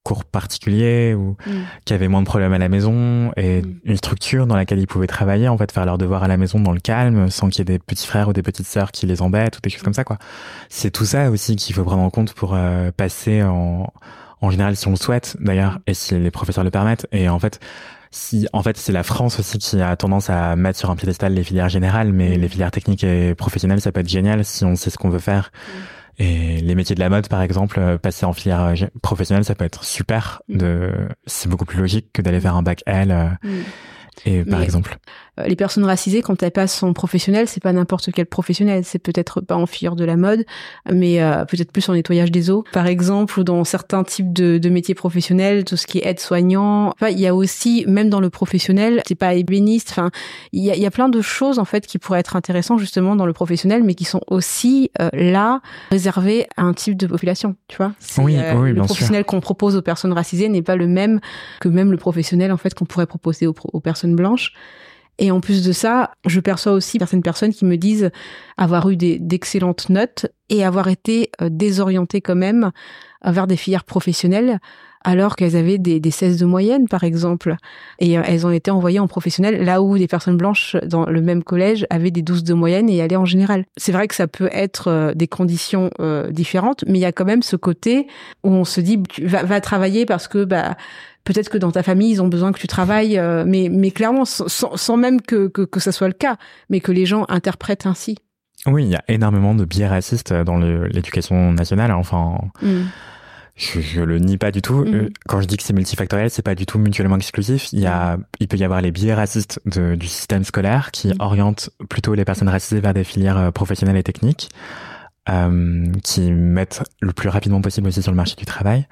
cours particuliers ou mm. qui avaient moins de problèmes à la maison et mm. une structure dans laquelle ils pouvaient travailler, en fait, faire leurs devoirs à la maison dans le calme, sans qu'il y ait des petits frères ou des petites sœurs qui les embêtent ou des choses comme ça, quoi. C'est tout ça aussi qu'il faut prendre en compte pour euh, passer en, en général, si on le souhaite, d'ailleurs, et si les professeurs le permettent. Et en fait, si, en fait, c'est la France aussi qui a tendance à mettre sur un piédestal les filières générales, mais mm. les filières techniques et professionnelles, ça peut être génial si on sait ce qu'on veut faire. Mm. Et les métiers de la mode, par exemple, passer en filière professionnelle, ça peut être super. De, c'est beaucoup plus logique que d'aller faire un bac L. Mm. Et par Mais, exemple, les personnes racisées, quand elles passent en professionnel, c'est pas n'importe quel professionnel. C'est peut-être pas en filière de la mode, mais euh, peut-être plus en nettoyage des eaux, par exemple, ou dans certains types de, de métiers professionnels, tout ce qui est aide-soignant. Enfin, il y a aussi, même dans le professionnel, c'est pas ébéniste. Enfin, il y a, il y a plein de choses en fait qui pourraient être intéressantes justement dans le professionnel, mais qui sont aussi euh, là réservées à un type de population. Tu vois, c'est, oui, euh, oui, le bien professionnel sûr. qu'on propose aux personnes racisées n'est pas le même que même le professionnel en fait qu'on pourrait proposer aux, aux personnes blanches. Et en plus de ça, je perçois aussi certaines personnes qui me disent avoir eu des, d'excellentes notes et avoir été euh, désorientées quand même vers des filières professionnelles alors qu'elles avaient des, des seize de moyenne, par exemple. Et euh, elles ont été envoyées en professionnel là où des personnes blanches dans le même collège avaient des douze de moyenne et allaient en général. C'est vrai que ça peut être euh, des conditions euh, différentes, mais il y a quand même ce côté où on se dit tu vas, va travailler parce que bah peut-être que dans ta famille, ils ont besoin que tu travailles, euh, mais, mais clairement, sans, sans même que, que, que ça soit le cas, mais que les gens interprètent ainsi. Oui, il y a énormément de biais racistes dans le, l'éducation nationale. Enfin, mm. je, je le nie pas du tout. Mm. Quand je dis que c'est multifactoriel, c'est pas du tout mutuellement exclusif. Il y a, il peut y avoir les biais racistes de, du système scolaire qui mm. orientent plutôt les personnes racisées vers des filières professionnelles et techniques, euh, qui mettent le plus rapidement possible aussi sur le marché du travail.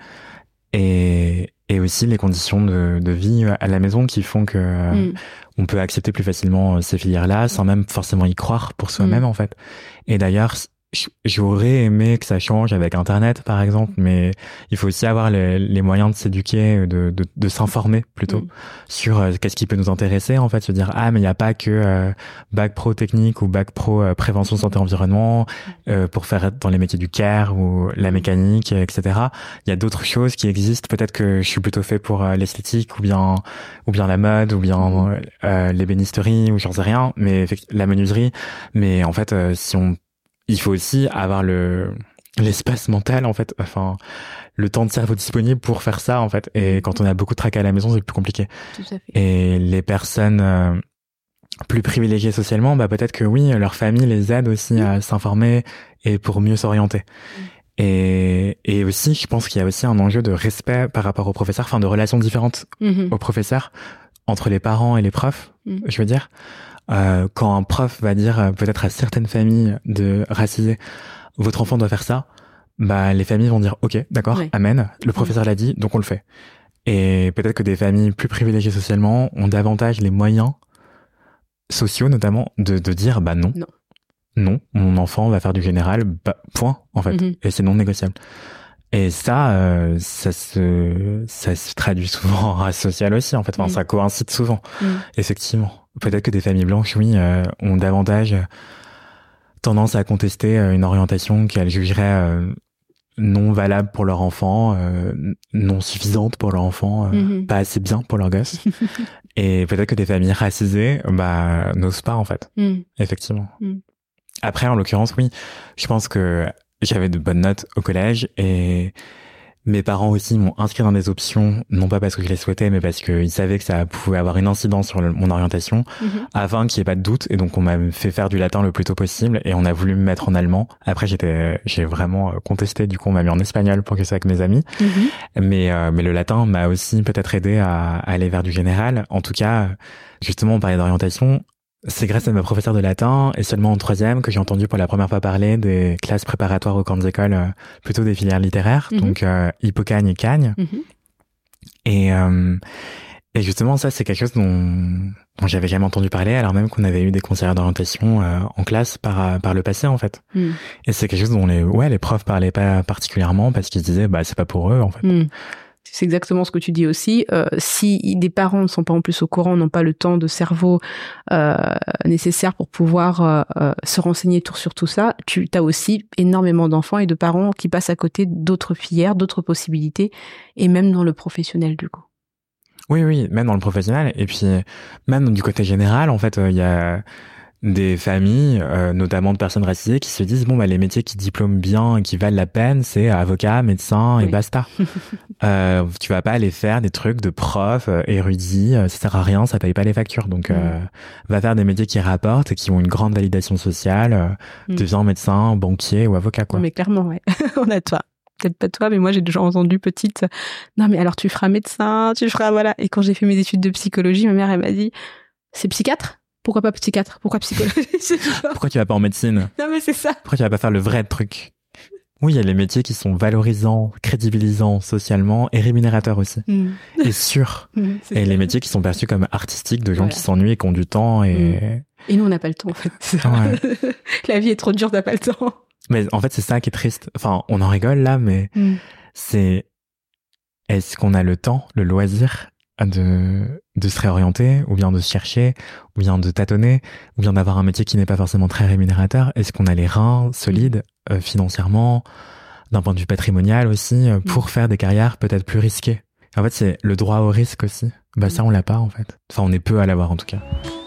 Et, et aussi les conditions de, de vie à la maison qui font que mm. on peut accepter plus facilement ces filières-là sans même forcément y croire pour soi-même, mm. en fait. Et d'ailleurs, j'aurais aimé que ça change avec Internet, par exemple, mais il faut aussi avoir les, les moyens de s'éduquer, de, de, de s'informer plutôt mm. sur euh, qu'est-ce qui peut nous intéresser, en fait, se dire ah mais il n'y a pas que euh, bac pro technique ou bac pro euh, prévention santé environnement euh, pour faire dans les métiers du care ou la mécanique, et cetera. Il y a d'autres choses qui existent. Peut-être que je suis plutôt fait pour euh, l'esthétique ou bien ou bien la mode ou bien euh, l'ébénisterie ou j'en sais rien, mais la menuiserie. Mais en fait, euh, si on il faut aussi avoir le l'espace mental, en fait, enfin le temps de cerveau disponible pour faire ça, en fait. Et quand on a beaucoup de tracas à la maison, c'est plus compliqué. Tout à fait. Et les personnes euh, plus privilégiées socialement, bah peut-être que oui, leur famille les aide aussi à s'informer et pour mieux s'orienter. Mmh. Et, et aussi, je pense qu'il y a aussi un enjeu de respect par rapport aux professeurs, enfin de relations différentes mmh. aux professeurs, entre les parents et les profs, mmh. je veux dire. Euh, quand un prof va dire euh, peut-être à certaines familles de racisées votre enfant doit faire ça, bah les familles vont dire ok, d'accord, oui. amen, le professeur mmh. l'a dit, donc on le fait. Et peut-être que des familles plus privilégiées socialement ont davantage les moyens sociaux notamment de, de dire bah non, non, non, mon enfant va faire du général, bah, point en fait, mmh. et c'est non négociable. Et ça, euh, ça se, ça se traduit souvent en race sociale aussi, en fait. Enfin, mmh. ça coïncide souvent, mmh. effectivement. Peut-être que des familles blanches, oui, euh, ont davantage tendance à contester une orientation qu'elles jugeraient euh, non valable pour leur enfant, euh, non suffisante pour leur enfant, euh, mmh. pas assez bien pour leur gosse. Et peut-être que des familles racisées, bah, n'osent pas, en fait. Mmh. Effectivement. Mmh. Après, en l'occurrence, oui, je pense que j'avais de bonnes notes au collège et mes parents aussi m'ont inscrit dans des options, non pas parce que je les souhaitais, mais parce qu'ils savaient que ça pouvait avoir une incidence sur le, mon orientation, mmh. afin qu'il n'y ait pas de doute. Et donc, on m'a fait faire du latin le plus tôt possible et on a voulu me mettre en allemand. Après, j'étais, j'ai vraiment contesté. Du coup, on m'a mis en espagnol pour que ça avec mes amis. Mmh. Mais, euh, mais le latin m'a aussi peut-être aidé à, à aller vers du général. En tout cas, justement, on parlait d'orientation. C'est grâce à ma professeure de latin et seulement en troisième que j'ai entendu pour la première fois parler des classes préparatoires aux grandes écoles, euh, plutôt des filières littéraires, mmh. donc euh, Hippocagne et Cagne. Mmh. Et, euh, et justement, ça, c'est quelque chose dont, dont j'avais jamais entendu parler, alors même qu'on avait eu des conseillères d'orientation euh, en classe par par le passé, en fait. Mmh. Et c'est quelque chose dont les ouais les profs parlaient pas particulièrement parce qu'ils se disaient bah c'est pas pour eux, en fait. Mmh. C'est exactement ce que tu dis aussi. Euh, si des parents ne sont pas en plus au courant, n'ont pas le temps de cerveau euh, nécessaire pour pouvoir euh, euh, se renseigner tout sur tout ça, tu as aussi énormément d'enfants et de parents qui passent à côté d'autres filières, d'autres possibilités, et même dans le professionnel du coup. Oui, oui, même dans le professionnel. Et puis, même du côté général, en fait, il euh, y a des familles, euh, notamment de personnes racisées, qui se disent, bon, bah, les métiers qui diplôment bien et qui valent la peine, c'est avocat, médecin et oui. basta. euh, tu vas pas aller faire des trucs de prof, euh, érudit, euh, ça sert à rien, ça paye pas les factures. Donc, mmh. euh, va faire des métiers qui rapportent et qui ont une grande validation sociale, euh, mmh. deviens médecin, banquier ou avocat, quoi. Mais clairement, ouais. On a toi. Peut-être pas toi, mais moi j'ai déjà entendu petite, non mais alors tu feras médecin, tu feras voilà. Et quand j'ai fait mes études de psychologie, ma mère elle m'a dit, c'est psychiatre ? Pourquoi pas psychiatre ? Pourquoi psychologie ? Pourquoi tu vas pas en médecine ? Non mais c'est ça. Pourquoi tu vas pas faire le vrai truc ? Oui, il y a les métiers qui sont valorisants, crédibilisants socialement et rémunérateurs aussi. Mmh. Et sûrs. Mmh, et ça. Les métiers qui sont perçus comme artistiques de gens voilà. qui s'ennuient et qui ont du temps. Et, mmh. et nous on n'a pas le temps en fait. Ouais. La vie est trop dure, t'as pas le temps. Mais en fait, c'est ça qui est triste. Enfin, on en rigole là, mais mm. c'est est-ce qu'on a le temps, le loisir de de se réorienter, ou bien de se chercher, ou bien de tâtonner, ou bien d'avoir un métier qui n'est pas forcément très rémunérateur. Est-ce qu'on a les reins solides mm. euh, financièrement, d'un point de vue patrimonial aussi, euh, pour mm. faire des carrières peut-être plus risquées. En fait, c'est le droit au risque aussi. Bah mm. ça, on l'a pas en fait. Enfin, on est peu à l'avoir en tout cas.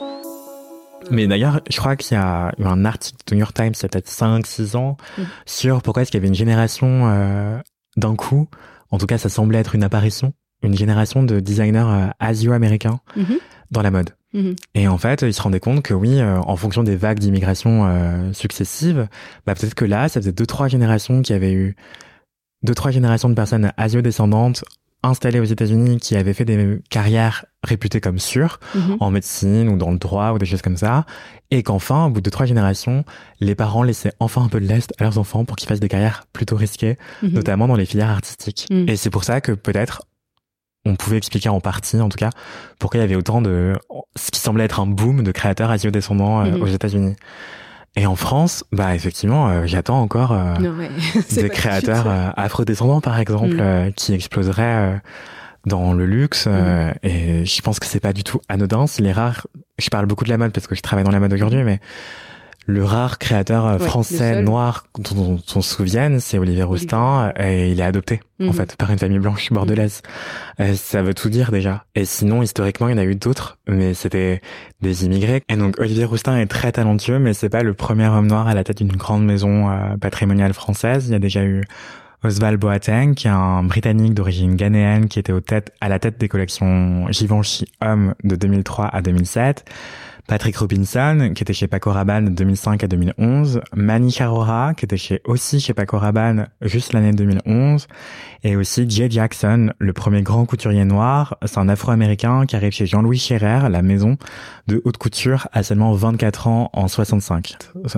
Mais d'ailleurs, je crois qu'il y a eu un article du New York Times, il y a peut-être cinq six ans, mmh. sur pourquoi est-ce qu'il y avait une génération euh, d'un coup, en tout cas ça semblait être une apparition, une génération de designers euh, asio-américains mmh. dans la mode. Mmh. Et en fait, ils se rendaient compte que oui, euh, en fonction des vagues d'immigration euh, successives, bah peut-être que là, ça faisait deux trois générations qui avaient eu deux trois générations de personnes asio-descendantes installés aux États-Unis qui avaient fait des carrières réputées comme sûres mmh. en médecine ou dans le droit ou des choses comme ça, et qu'enfin, au bout de trois générations, les parents laissaient enfin un peu de lest à leurs enfants pour qu'ils fassent des carrières plutôt risquées, mmh. notamment dans les filières artistiques. Mmh. Et c'est pour ça que peut-être on pouvait expliquer en partie, en tout cas, pourquoi il y avait autant de ce qui semblait être un boom de créateurs asio-descendants euh, mmh. aux États-Unis. Et en France, bah effectivement, euh, j'attends encore euh, non, ouais. des créateurs euh, afro-descendants, par exemple, mmh. euh, qui exploseraient euh, dans le luxe. Euh, mmh. Et je pense que c'est pas du tout anodin. C'est les rares. Je parle beaucoup de la mode parce que je travaille dans la mode aujourd'hui, mais le rare créateur ouais, français noir dont on se souvienne, c'est Olivier Rousteing, et il est adopté mmh. en fait par une famille blanche bordelaise. Mmh. Et ça veut tout dire déjà. Et sinon, historiquement, il y en a eu d'autres, mais c'était des immigrés. Et donc Olivier Rousteing est très talentueux, mais c'est pas le premier homme noir à la tête d'une grande maison euh, patrimoniale française. Il y a déjà eu Oswald Boateng, qui est un Britannique d'origine ghanéenne, qui était au tête, à la tête des collections Givenchy Homme de deux mille trois à deux mille sept. Patrick Robinson, qui était chez Paco Rabanne de deux mille cinq à deux mille onze, Mani Charora, qui était chez, aussi chez Paco Rabanne juste l'année deux mille onze, et aussi Jay Jackson, le premier grand couturier noir. C'est un Afro-Américain qui arrive chez Jean-Louis Scherer, la maison de haute couture, à seulement vingt-quatre ans en soixante-cinq.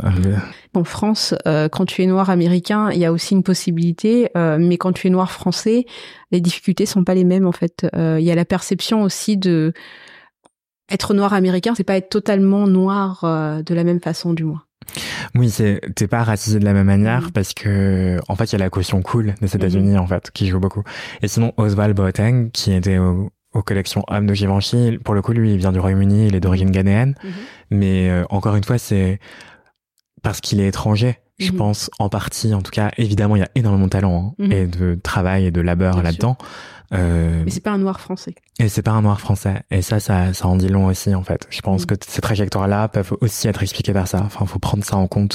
En France, euh, quand tu es noir américain, il y a aussi une possibilité, euh, mais quand tu es noir français, les difficultés sont pas les mêmes en fait. Euh, il y a la perception aussi de être noir américain, c'est pas être totalement noir euh, de la même façon, du moins. Oui, c'est t'es pas racisé de la même manière mmh. parce que en fait il y a la caution cool des États-Unis mmh. en fait qui joue beaucoup. Et sinon Oswald Boateng, qui était au, aux collections hommes de Givenchy, pour le coup lui il vient du Royaume-Uni, il est d'origine ghanéenne, mmh. mais euh, encore une fois c'est parce qu'il est étranger. Je mmh. pense en partie, en tout cas, évidemment, il y a énormément de talent hein, mmh. et de travail et de labeur Bien là-dedans. Euh, Mais c'est pas un noir français. Et c'est pas un noir français. Et ça, ça, ça en dit long aussi, en fait. Je pense mmh. que ces trajectoires-là peuvent aussi être expliquées par ça. Enfin, faut prendre ça en compte.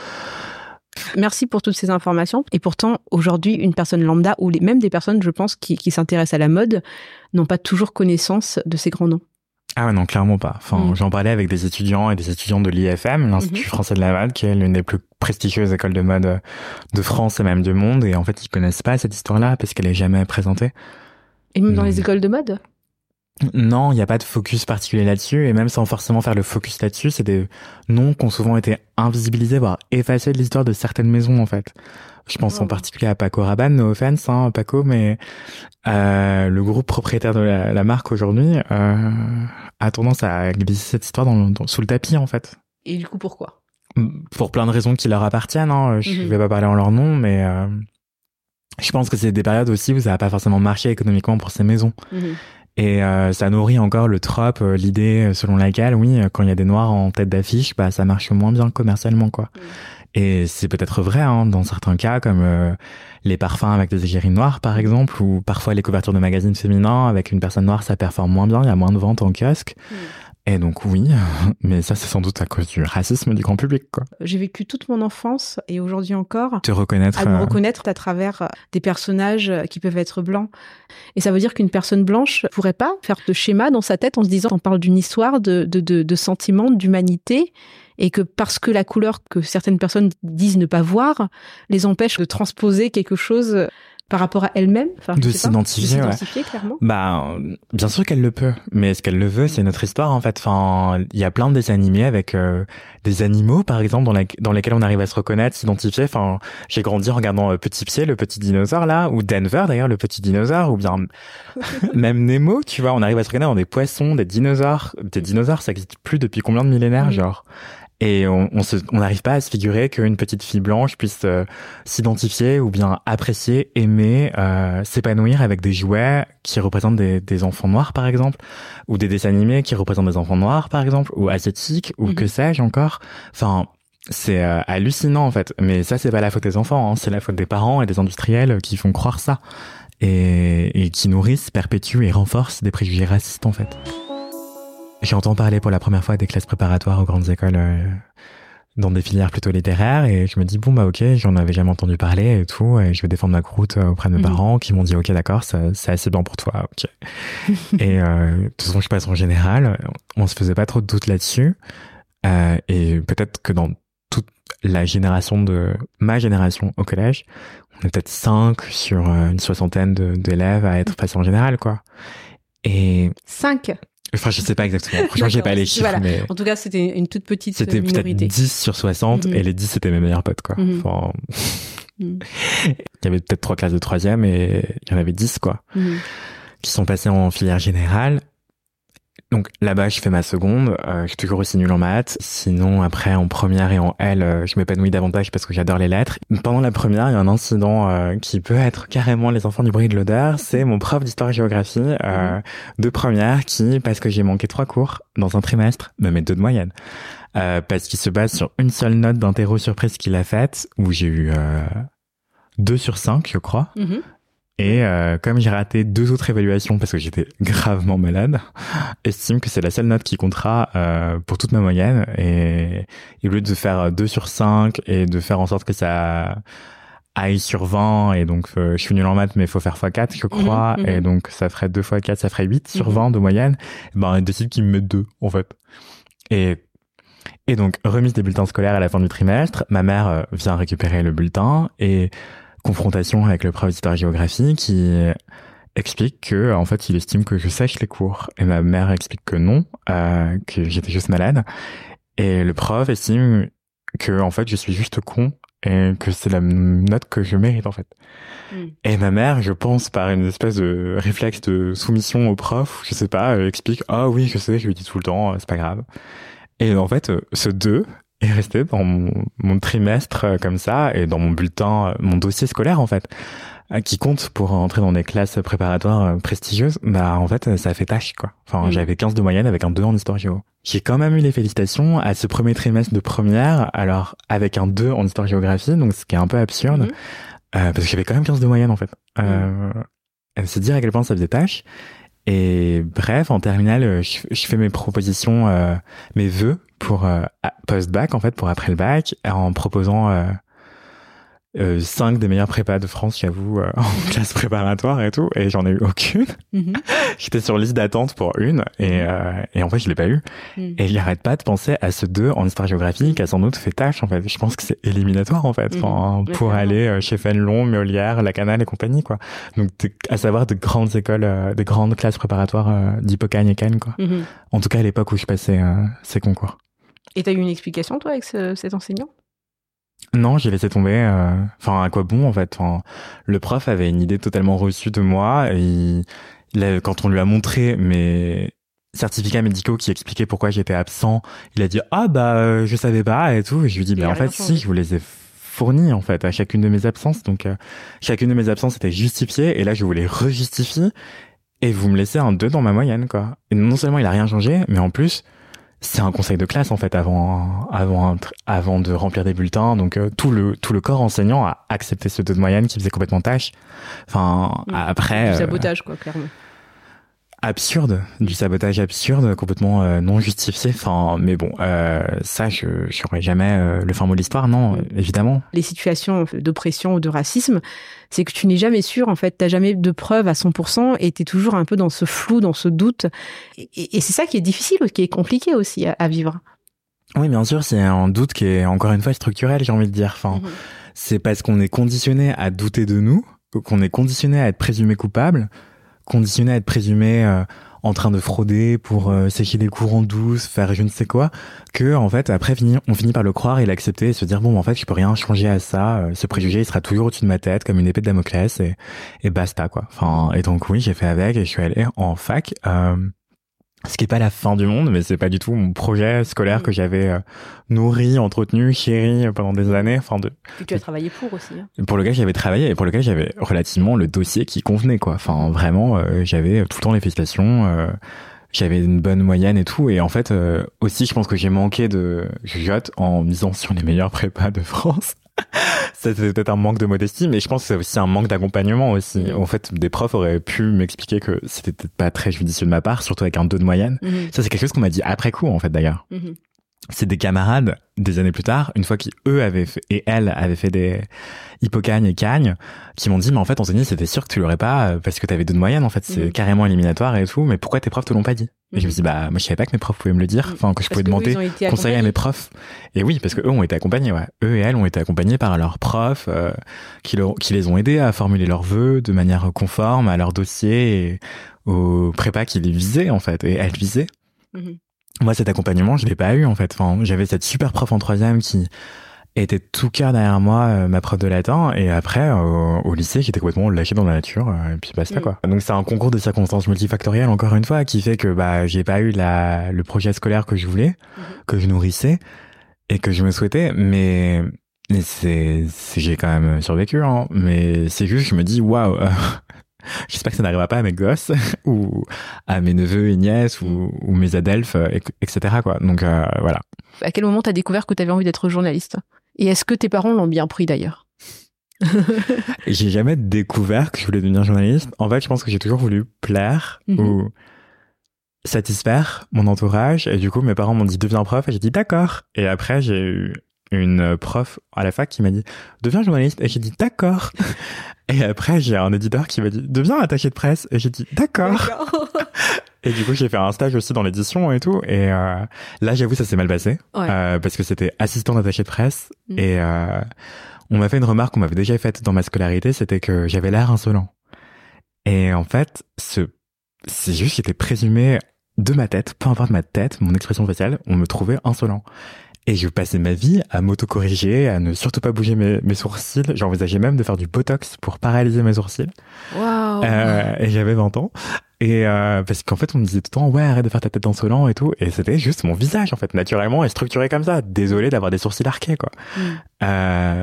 Merci pour toutes ces informations. Et pourtant, aujourd'hui, une personne lambda, ou les, même des personnes, je pense, qui, qui s'intéressent à la mode, n'ont pas toujours connaissance de ces grands noms. Ah ouais, non, clairement pas. Enfin, mmh. j'en parlais avec des étudiants et des étudiants de l'I F M, l'Institut mmh. français de la mode, qui est l'une des plus prestigieuses écoles de mode de France et même du monde. Et en fait, ils connaissent pas cette histoire-là parce qu'elle est jamais présentée. Et même dans mmh. les écoles de mode? Non, il n'y a pas de focus particulier là-dessus. Et même sans forcément faire le focus là-dessus, c'est des noms qui ont souvent été invisibilisés, voire effacés de l'histoire de certaines maisons, en fait. Je pense oh. en particulier à Paco Rabanne, no offense, hein, Paco, mais euh, le groupe propriétaire de la, la marque aujourd'hui euh, a tendance à glisser cette histoire dans, dans, sous le tapis, en fait. Et du coup, pourquoi? Pour plein de raisons qui leur appartiennent. Hein. Je mm-hmm. vais pas parler en leur nom, mais euh, je pense que c'est des périodes aussi où ça va pas forcément marcher économiquement pour ces maisons. Mmh. Et euh, ça nourrit encore le trope, euh, l'idée selon laquelle, oui, quand il y a des noirs en tête d'affiche, bah ça marche moins bien commercialement, quoi. Mmh. Et c'est peut-être vrai, hein, dans certains cas, comme euh, les parfums avec des égéries noires, par exemple, ou parfois les couvertures de magazines féminins avec une personne noire, ça performe moins bien, il y a moins de ventes en kiosque. Mmh. Et donc oui, mais ça c'est sans doute à cause du racisme du grand public, quoi. J'ai vécu toute mon enfance et aujourd'hui encore te reconnaître, à me reconnaître à travers des personnages qui peuvent être blancs. Et ça veut dire qu'une personne blanche pourrait pas faire de schéma dans sa tête en se disant on parle d'une histoire de, de, de, de sentiments, d'humanité, et que parce que la couleur que certaines personnes disent ne pas voir les empêche de transposer quelque chose par rapport à elle-même, enfin, de s'identifier, pas, de s'identifier ouais. clairement. Bah, bien sûr qu'elle le peut, mais ce qu'elle le veut, c'est notre histoire en fait. Enfin, il y a plein de dessins animés avec euh, des animaux, par exemple, dans, la, dans lesquels on arrive à se reconnaître, s'identifier. Enfin, j'ai grandi en regardant euh, Petit Pied, le petit dinosaure là, ou Denver d'ailleurs, le petit dinosaure, ou bien même Nemo, tu vois. On arrive à se reconnaître dans des poissons, des dinosaures. Des dinosaures, ça existe plus depuis combien de millénaires, mmh. genre. Et on on se on n'arrive pas à se figurer qu'une petite fille blanche puisse euh, s'identifier ou bien apprécier, aimer, euh, s'épanouir avec des jouets qui représentent des des enfants noirs par exemple, ou des dessins animés qui représentent des enfants noirs par exemple, ou asiatiques, ou mmh. que sais-je encore. Enfin, c'est euh, hallucinant en fait. Mais ça c'est pas la faute des enfants, hein, c'est la faute des parents et des industriels qui font croire ça et et qui nourrissent, perpétuent et renforcent des préjugés racistes en fait. J'entends parler pour la première fois des classes préparatoires aux grandes écoles euh, dans des filières plutôt littéraires et je me dis bon bah ok, j'en avais jamais entendu parler et tout et je vais défendre ma croûte auprès de mes mmh. parents qui m'ont dit ok d'accord, ça, c'est assez bien pour toi, ok. Et euh, de toute façon je passe en général, on se faisait pas trop de doutes là-dessus euh, et peut-être que dans toute la génération de ma génération au collège, on est peut-être cinq sur une soixantaine de, d'élèves à être passés en général quoi. Et cinq. Enfin, je sais pas exactement. Franchement, j'ai pas les chiffres, voilà. mais. En tout cas, c'était une toute petite c'était minorité. C'était peut-être dix sur soixante, mm-hmm. et les dix, c'était mes meilleurs potes, quoi. Mm-hmm. Enfin, mm-hmm. il y avait peut-être trois classes de troisième, et il y en avait dix, quoi. Mm-hmm. Qui sont passés en filière générale. Donc, là-bas, je fais ma seconde, euh, je suis toujours aussi nul en maths. Sinon, après, en première et en L, euh, je m'épanouis davantage parce que j'adore les lettres. Pendant la première, il y a un incident euh, qui peut être carrément les enfants du bruit et de l'odeur. C'est mon prof d'histoire-géographie euh, mmh. de première qui, parce que j'ai manqué trois cours dans un trimestre, me met deux de moyenne. Euh, parce qu'il se base sur une seule note d'interro surprise qu'il a faite, où j'ai eu euh, deux sur cinq, je crois. Mmh. Et euh, comme j'ai raté deux autres évaluations parce que j'étais gravement malade, estime que c'est la seule note qui comptera euh, pour toute ma moyenne. Et, et au lieu de faire deux sur cinq et de faire en sorte que ça aille sur vingt, et donc euh, je suis nul en maths mais il faut faire fois quatre je crois, mmh, mmh. et donc ça ferait deux fois quatre, ça ferait huit sur vingt de moyenne, ben il décide qu'il me met deux en fait. Et et donc remise des bulletins scolaires à la fin du trimestre, ma mère euh, vient récupérer le bulletin et confrontation avec le prof d'histoire-géographie qui explique que en fait il estime que je sèche les cours et ma mère explique que non, euh, que j'étais juste malade, et le prof estime que en fait je suis juste con et que c'est la note que je mérite en fait. Mm. Et ma mère, je pense par une espèce de réflexe de soumission au prof, je sais pas, elle explique ah oui je sais, je lui dis tout le temps, c'est pas grave. Et en fait ce deux est resté dans mon, mon trimestre euh, comme ça, et dans mon bulletin, euh, mon dossier scolaire en fait, euh, qui compte pour entrer dans des classes préparatoires euh, prestigieuses. Bah en fait ça a fait tâche quoi. Enfin mmh. j'avais quinze de moyenne avec un deux en histoire géo. J'ai quand même eu les félicitations à ce premier trimestre de première, alors avec un deux en histoire géographie, donc ce qui est un peu absurde, mmh. euh, parce que j'avais quand même quinze de moyenne en fait. Mmh. Euh, c'est dire à quel point ça faisait tâche. Et bref, en terminale, je, je fais mes propositions, euh, mes vœux pour euh, post-bac, en fait, pour après le bac, en proposant euh, euh, cinq des meilleures prépas de France, j'avoue, euh, en classe préparatoire et tout, et j'en ai eu aucune. Mm-hmm. J'étais sur liste d'attente pour une, et, euh, et en fait, je l'ai pas eu. Mm. Et j'arrête pas de penser à ce deux en histoire-géographie qui a sans doute fait tâche, en fait. Je pense que c'est éliminatoire, en fait, mm-hmm. enfin, pour aller euh, chez Fénelon, Molière, La Canale et compagnie, quoi. Donc, à savoir de grandes écoles, euh, de grandes classes préparatoires euh, d'Hippocagne et Cannes, quoi. Mm-hmm. En tout cas, à l'époque où je passais euh, ces concours. Et t'as eu une explication, toi, avec ce, cet enseignant ? Non, j'ai laissé tomber. Enfin, euh, à quoi bon, en fait. Enfin, le prof avait une idée totalement reçue de moi. Et il, il a, quand on lui a montré mes certificats médicaux qui expliquaient pourquoi j'étais absent, il a dit « Ah, bah, je savais pas » et tout. Et je lui ai dit « Mais en fait, si, je vous les ai fourni en fait à chacune de mes absences. Donc euh, chacune de mes absences était justifiée et là je vous les rejustifier et vous me laissez un deux dans ma moyenne quoi. Et non seulement il a rien changé, mais en plus c'est un conseil de classe en fait avant avant avant de remplir des bulletins. Donc euh, tout le tout le corps enseignant a accepté ce deux de moyenne qui faisait complètement tâche. Enfin mmh. après du sabotage euh, quoi clairement. Absurde, du sabotage absurde, complètement euh, non justifié. Enfin, mais bon, euh, ça, je n'aurais jamais euh, le fin mot de l'histoire, non, euh, évidemment. Les situations d'oppression ou de racisme, c'est que tu n'es jamais sûr, en fait, t'as jamais de preuves à cent pour cent et t'es toujours un peu dans ce flou, dans ce doute. Et, et, et c'est ça qui est difficile, qui est compliqué aussi à, à vivre. Oui, bien sûr, c'est un doute qui est encore une fois structurel, j'ai envie de dire. Enfin, mm-hmm. c'est parce qu'on est conditionné à douter de nous, qu'on est conditionné à être présumé coupable, conditionné à être présumé euh, en train de frauder pour euh, sécher des cours en douce, faire je ne sais quoi, que en fait après on finit par le croire et l'accepter et se dire bon en fait je peux rien changer à ça, euh, ce préjugé il sera toujours au-dessus de ma tête comme une épée de Damoclès et, et basta quoi. Enfin et donc oui j'ai fait avec et je suis allé en fac. Euh, Ce qui est pas la fin du monde, mais c'est pas du tout mon projet scolaire que j'avais euh, nourri, entretenu, chéri pendant des années. Enfin de. Et tu as travaillé pour aussi. Hein. Pour lequel j'avais travaillé et pour lequel j'avais relativement le dossier qui convenait quoi. Enfin vraiment, euh, j'avais tout le temps les félicitations. Euh, j'avais une bonne moyenne et tout. Et en fait euh, aussi, je pense que j'ai manqué de jugeote en misant sur les meilleurs prépas de France. Ça, c'est peut-être un manque de modestie, mais je pense que c'est aussi un manque d'accompagnement aussi. Mmh. En fait, des profs auraient pu m'expliquer que c'était peut-être pas très judicieux de ma part, surtout avec un deux de moyenne. Mmh. Ça, c'est quelque chose qu'on m'a dit après coup, en fait, d'ailleurs. Mmh. C'est des camarades, des années plus tard, une fois qu'eux avaient fait, et elles avaient fait des hippocagnes et cagnes, qui m'ont dit, mais en fait, Anthony, c'était sûr que tu l'aurais pas, parce que t'avais deux de moyenne, en fait, c'est mmh. carrément éliminatoire et tout, mais pourquoi tes profs te l'ont pas dit? Et mmh. je me dis, bah, moi, je savais pas que mes profs pouvaient me le dire, enfin, que je parce pouvais que demander conseil à mes profs. Et oui, parce que eux ont été accompagnés, ouais. Eux et elles ont été accompagnés par leurs profs, euh, qui, leur, qui les ont aidés à formuler leurs vœux de manière conforme à leur dossier et aux prépas qui les visaient, en fait, et elles visaient. Mmh. Moi, cet accompagnement, je l'ai pas eu, en fait. Enfin, j'avais cette super prof en troisième qui était tout cœur derrière moi, euh, ma prof de latin, et après, euh, au lycée, j'étais complètement lâché dans la nature, euh, et puis basta, mmh. quoi. Donc, c'est un concours de circonstances multifactorielles, encore une fois, qui fait que, bah, j'ai pas eu la, le projet scolaire que je voulais, mmh. que je nourrissais, et que je me souhaitais, mais, mais c'est, c'est, j'ai quand même survécu, hein. Mais c'est juste, je me dis, waouh, euh, j'espère que ça n'arrivera pas à mes gosses ou à mes neveux et nièces ou, ou mes adelphes, et cetera quoi. Donc euh, voilà. À quel moment t'as découvert que t'avais envie d'être journaliste? Et est-ce que tes parents l'ont bien pris d'ailleurs? J'ai jamais découvert que je voulais devenir journaliste. En fait, je pense que j'ai toujours voulu plaire mm-hmm. ou satisfaire mon entourage. Et du coup, mes parents m'ont dit deviens prof et j'ai dit d'accord. Et après, j'ai eu une prof à la fac qui m'a dit deviens journaliste et j'ai dit d'accord. Et après j'ai un éditeur qui m'a dit deviens attaché de presse et j'ai dit d'accord, d'accord. Et du coup j'ai fait un stage aussi dans l'édition et tout et euh, là j'avoue ça s'est mal passé ouais. euh, parce que c'était assistant d'attaché de presse mmh. et euh, on m'a fait une remarque qu'on m'avait déjà faite dans ma scolarité, c'était que j'avais l'air insolent et en fait ce c'est juste que j'étais présumé de ma tête, peu importe ma tête, mon expression faciale, on me trouvait insolent. Et je passais ma vie à m'auto-corriger, à ne surtout pas bouger mes, mes sourcils. J'envisageais même de faire du botox pour paralyser mes sourcils. Waouh. Euh, et j'avais vingt ans. Et euh, parce qu'en fait, on me disait tout le temps, ouais, arrête de faire ta tête insolent et tout. Et c'était juste mon visage, en fait, naturellement et structuré comme ça. Désolé d'avoir des sourcils arqués, quoi. Mm. Euh,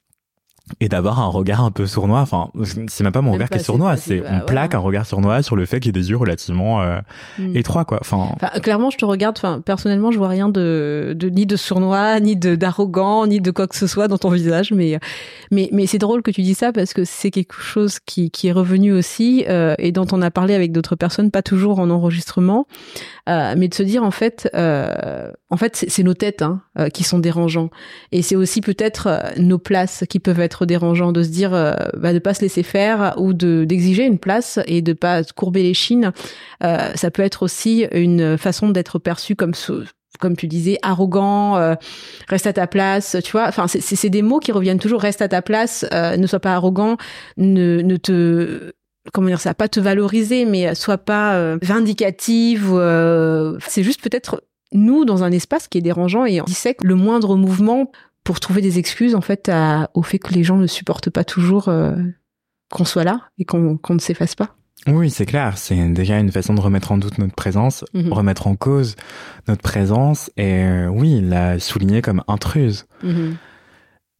et d'avoir un regard un peu sournois. Enfin, c'est même pas mon même regard pas, qui est sournois, c'est, c'est on bah, plaque ouais. un regard sournois sur le fait que j'ai des yeux relativement euh, mm. étroits, quoi. Enfin, enfin, clairement, je te regarde. Enfin, personnellement, je vois rien de, de ni de sournois, ni de d'arrogant, ni de quoi que ce soit dans ton visage. Mais, mais, mais c'est drôle que tu dis ça parce que c'est quelque chose qui qui est revenu aussi euh, et dont on a parlé avec d'autres personnes, pas toujours en enregistrement, euh, mais de se dire en fait, euh, en fait, c'est, c'est nos têtes hein, euh, qui sont dérangeants et c'est aussi peut-être euh, nos places qui peuvent être dérangeant de se dire euh, bah, de pas se laisser faire ou de d'exiger une place et de pas courber les chines. Euh, ça peut être aussi une façon d'être perçu comme comme tu disais arrogant, euh, reste à ta place, tu vois. Enfin c'est c'est des mots qui reviennent toujours, reste à ta place, euh, ne sois pas arrogant, ne ne te comment dire ça, pas te valoriser mais sois pas euh, vindicative, euh, c'est juste peut-être nous dans un espace qui est dérangeant et on dissèque le moindre mouvement pour trouver des excuses en fait à, au fait que les gens ne supportent pas toujours euh, qu'on soit là et qu'on, qu'on ne s'efface pas. Oui, c'est clair. C'est déjà une façon de remettre en doute notre présence, mmh. remettre en cause notre présence et euh, oui, la souligner comme intruse. Mmh.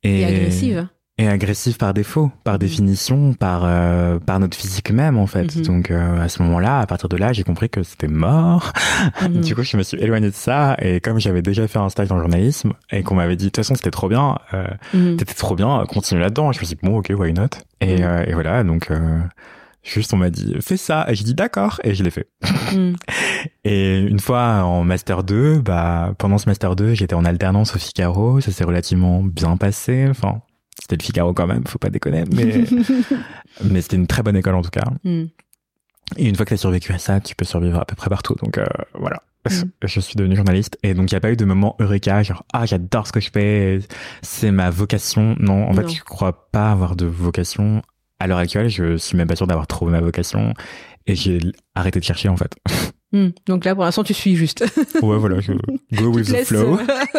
Et, et agressive. Et agressive par défaut, par mmh. définition, par euh, par notre physique même en fait. Mmh. Donc euh, à ce moment-là, à partir de là, j'ai compris que c'était mort. Mmh. Du coup, je me suis éloignée de ça. Et comme j'avais déjà fait un stage dans le journalisme et qu'on m'avait dit de toute façon c'était trop bien, euh, mmh. t'étais trop bien, continue là-dedans. Je me suis dit bon ok, why not. Et, mmh. euh, et voilà, donc euh, juste on m'a dit fais ça. Et j'ai dit d'accord et je l'ai fait. Mmh. Et une fois en master deux, bah pendant ce master deux, j'étais en alternance au Figaro. Ça s'est relativement bien passé. Enfin. C'était le Figaro quand même, faut pas déconner, mais, mais c'était une très bonne école en tout cas. Mm. Et une fois que t'as survécu à ça, tu peux survivre à peu près partout. Donc euh, voilà, mm. je suis devenu journaliste. Et donc il n'y a pas eu de moment eureka, genre « Ah, j'adore ce que je fais, c'est ma vocation ». Non, en non. fait, je crois pas avoir de vocation. À l'heure actuelle, je suis même pas sûr d'avoir trouvé ma vocation. Et j'ai arrêté de chercher en fait. Mm. Donc là, pour l'instant, tu suis juste. Ouais, voilà, je go with the flow.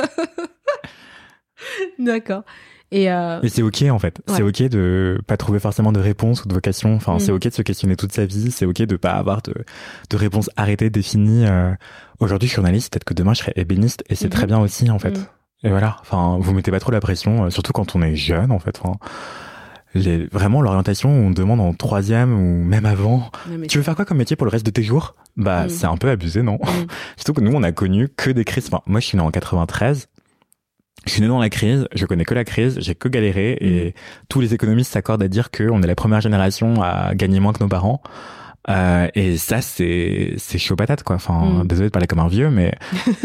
D'accord. Et, euh... et c'est ok en fait, ouais. C'est ok de pas trouver forcément de réponse ou de vocation. Enfin, mmh. c'est ok de se questionner toute sa vie. C'est ok de pas avoir de, de réponse arrêtée, définie. Euh... Aujourd'hui, je suis journaliste, peut-être que demain je serai ébéniste, et c'est mmh. très bien aussi en fait. Mmh. Et voilà. Enfin, vous mettez pas trop la pression, surtout quand on est jeune en fait. Enfin, les... vraiment l'orientation, on demande en troisième ou même avant. Mais tu veux faire quoi comme métier pour le reste de tes jours ? Bah, mmh. c'est un peu abusé, non ? Mmh. Surtout que nous, on a connu que des crises. Enfin, moi, je suis né en quatre-vingt-treize. Je suis né dans la crise, je connais que la crise, j'ai que galéré et mmh. tous les économistes s'accordent à dire qu'on est la première génération à gagner moins que nos parents. Euh, et ça, c'est, c'est chaud patate, quoi. Enfin, mmh. désolé de parler comme un vieux, mais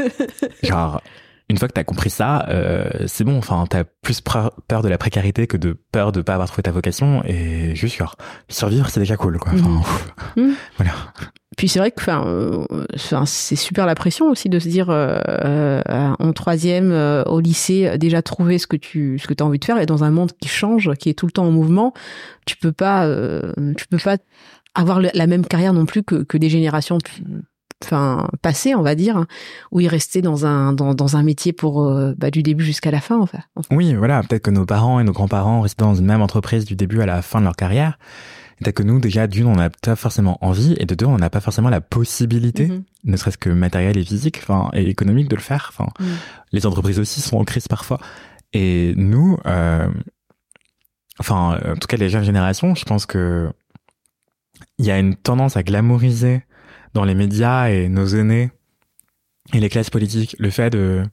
genre, une fois que t'as compris ça, euh, c'est bon. Enfin, t'as plus peur de la précarité que de peur de pas avoir trouvé ta vocation et juste genre, survivre, c'est déjà cool, quoi. Enfin, mmh. Mmh. Voilà. Puis c'est vrai que enfin, euh, c'est super la pression aussi de se dire euh, euh, en troisième euh, au lycée déjà trouver ce que tu ce que tu as envie de faire et dans un monde qui change, qui est tout le temps en mouvement, tu peux pas euh, tu peux pas avoir la même carrière non plus que que des générations enfin passées, on va dire, où ils restaient dans un dans dans un métier pour euh, bah, du début jusqu'à la fin en fait. Oui, voilà, peut-être que nos parents et nos grands-parents restaient dans une même entreprise du début à la fin de leur carrière. Peut-être que nous, déjà, d'une, on n'a pas forcément envie, et de deux, on n'a pas forcément la possibilité, mmh. ne serait-ce que matérielle et physique, enfin, et économique de le faire. Enfin, mmh. les entreprises aussi sont en crise parfois. Et nous, euh, enfin, en tout cas, les jeunes générations, je pense que il y a une tendance à glamouriser dans les médias et nos aînés et les classes politiques le fait de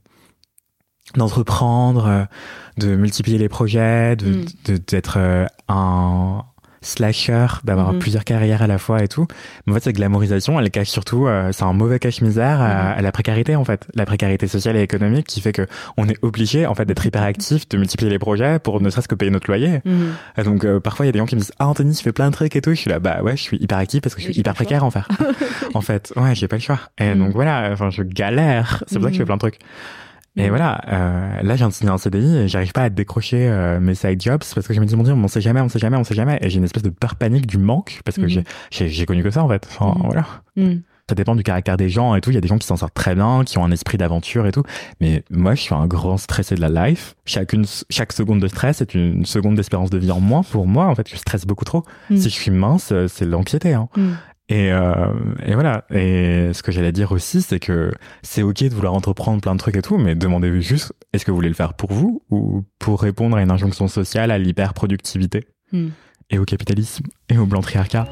d'entreprendre, de multiplier les projets, de, mmh. de d'être euh, un slasher, d'avoir mmh. plusieurs carrières à la fois et tout. Mais en fait, cette glamourisation, elle cache surtout, euh, c'est un mauvais cache-misère à, à la précarité, en fait. La précarité sociale et économique qui fait que on est obligé, en fait, d'être hyper actif, de multiplier les projets pour ne serait-ce que payer notre loyer. Mmh. Et donc, euh, parfois, il y a des gens qui me disent, ah, Anthony, tu fais plein de trucs et tout. Je suis là, bah ouais, je suis hyper actif parce que je suis j'ai hyper précaire, en fait. En fait, ouais, j'ai pas le choix. Et mmh. donc, voilà, enfin, je galère. C'est pour ça que je fais plein de trucs. Et mmh. voilà, euh, là, j'ai un signé un C D I et j'arrive pas à décrocher euh, mes side jobs parce que je me dis, mon Dieu, on sait jamais, on sait jamais, on sait jamais. Et j'ai une espèce de peur panique du manque parce que mmh. j'ai, j'ai, j'ai connu que ça, en fait. Enfin, mmh. voilà. Mmh. Ça dépend du caractère des gens et tout. Il y a des gens qui s'en sortent très bien, qui ont un esprit d'aventure et tout. Mais moi, je suis un grand stressé de la life. Chacune, chaque seconde de stress est une seconde d'espérance de vie en moins pour moi. En fait, je stresse beaucoup trop. Mmh. Si je suis mince, c'est l'anxiété, hein. Mmh. Et, euh, et voilà. Et ce que j'allais dire aussi, c'est que c'est ok de vouloir entreprendre plein de trucs et tout, mais demandez-vous juste, est-ce que vous voulez le faire pour vous ou pour répondre à une injonction sociale, à l'hyper-productivité mm. et au capitalisme et au blanc triarcat.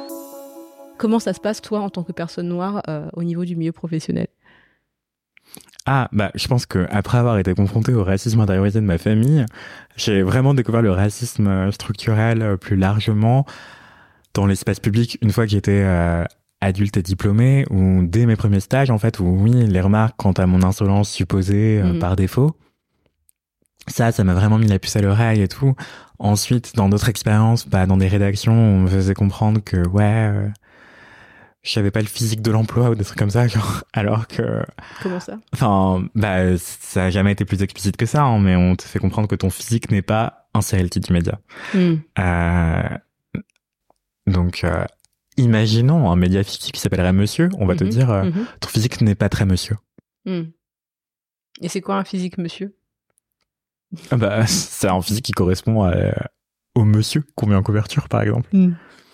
Comment ça se passe, toi, en tant que personne noire, euh, au niveau du milieu professionnel ? Ah, bah, je pense que après avoir été confronté au racisme intériorisé de ma famille, j'ai vraiment découvert le racisme structurel plus largement dans l'espace public, une fois que j'étais euh, adulte et diplômé, ou dès mes premiers stages, en fait, où oui, les remarques quant à mon insolence supposée euh, mmh. par défaut, ça, ça m'a vraiment mis la puce à l'oreille et tout. Ensuite, dans d'autres expériences, bah, dans des rédactions, on me faisait comprendre que, ouais, euh, j'avais pas le physique de l'emploi ou des trucs comme ça, genre, alors que... Comment ça ? Enfin, bah, ça a jamais été plus explicite que ça, hein, mais on te fait comprendre que ton physique n'est pas un serial killer média. Mmh. Euh... Donc, euh, imaginons un média fictif qui s'appellerait Monsieur, on va mmh, te dire, euh, mmh. ton physique n'est pas très Monsieur. Mmh. Et c'est quoi un physique Monsieur ? Ah bah, c'est un physique qui correspond à, au Monsieur qu'on met en couverture, par exemple. Mmh.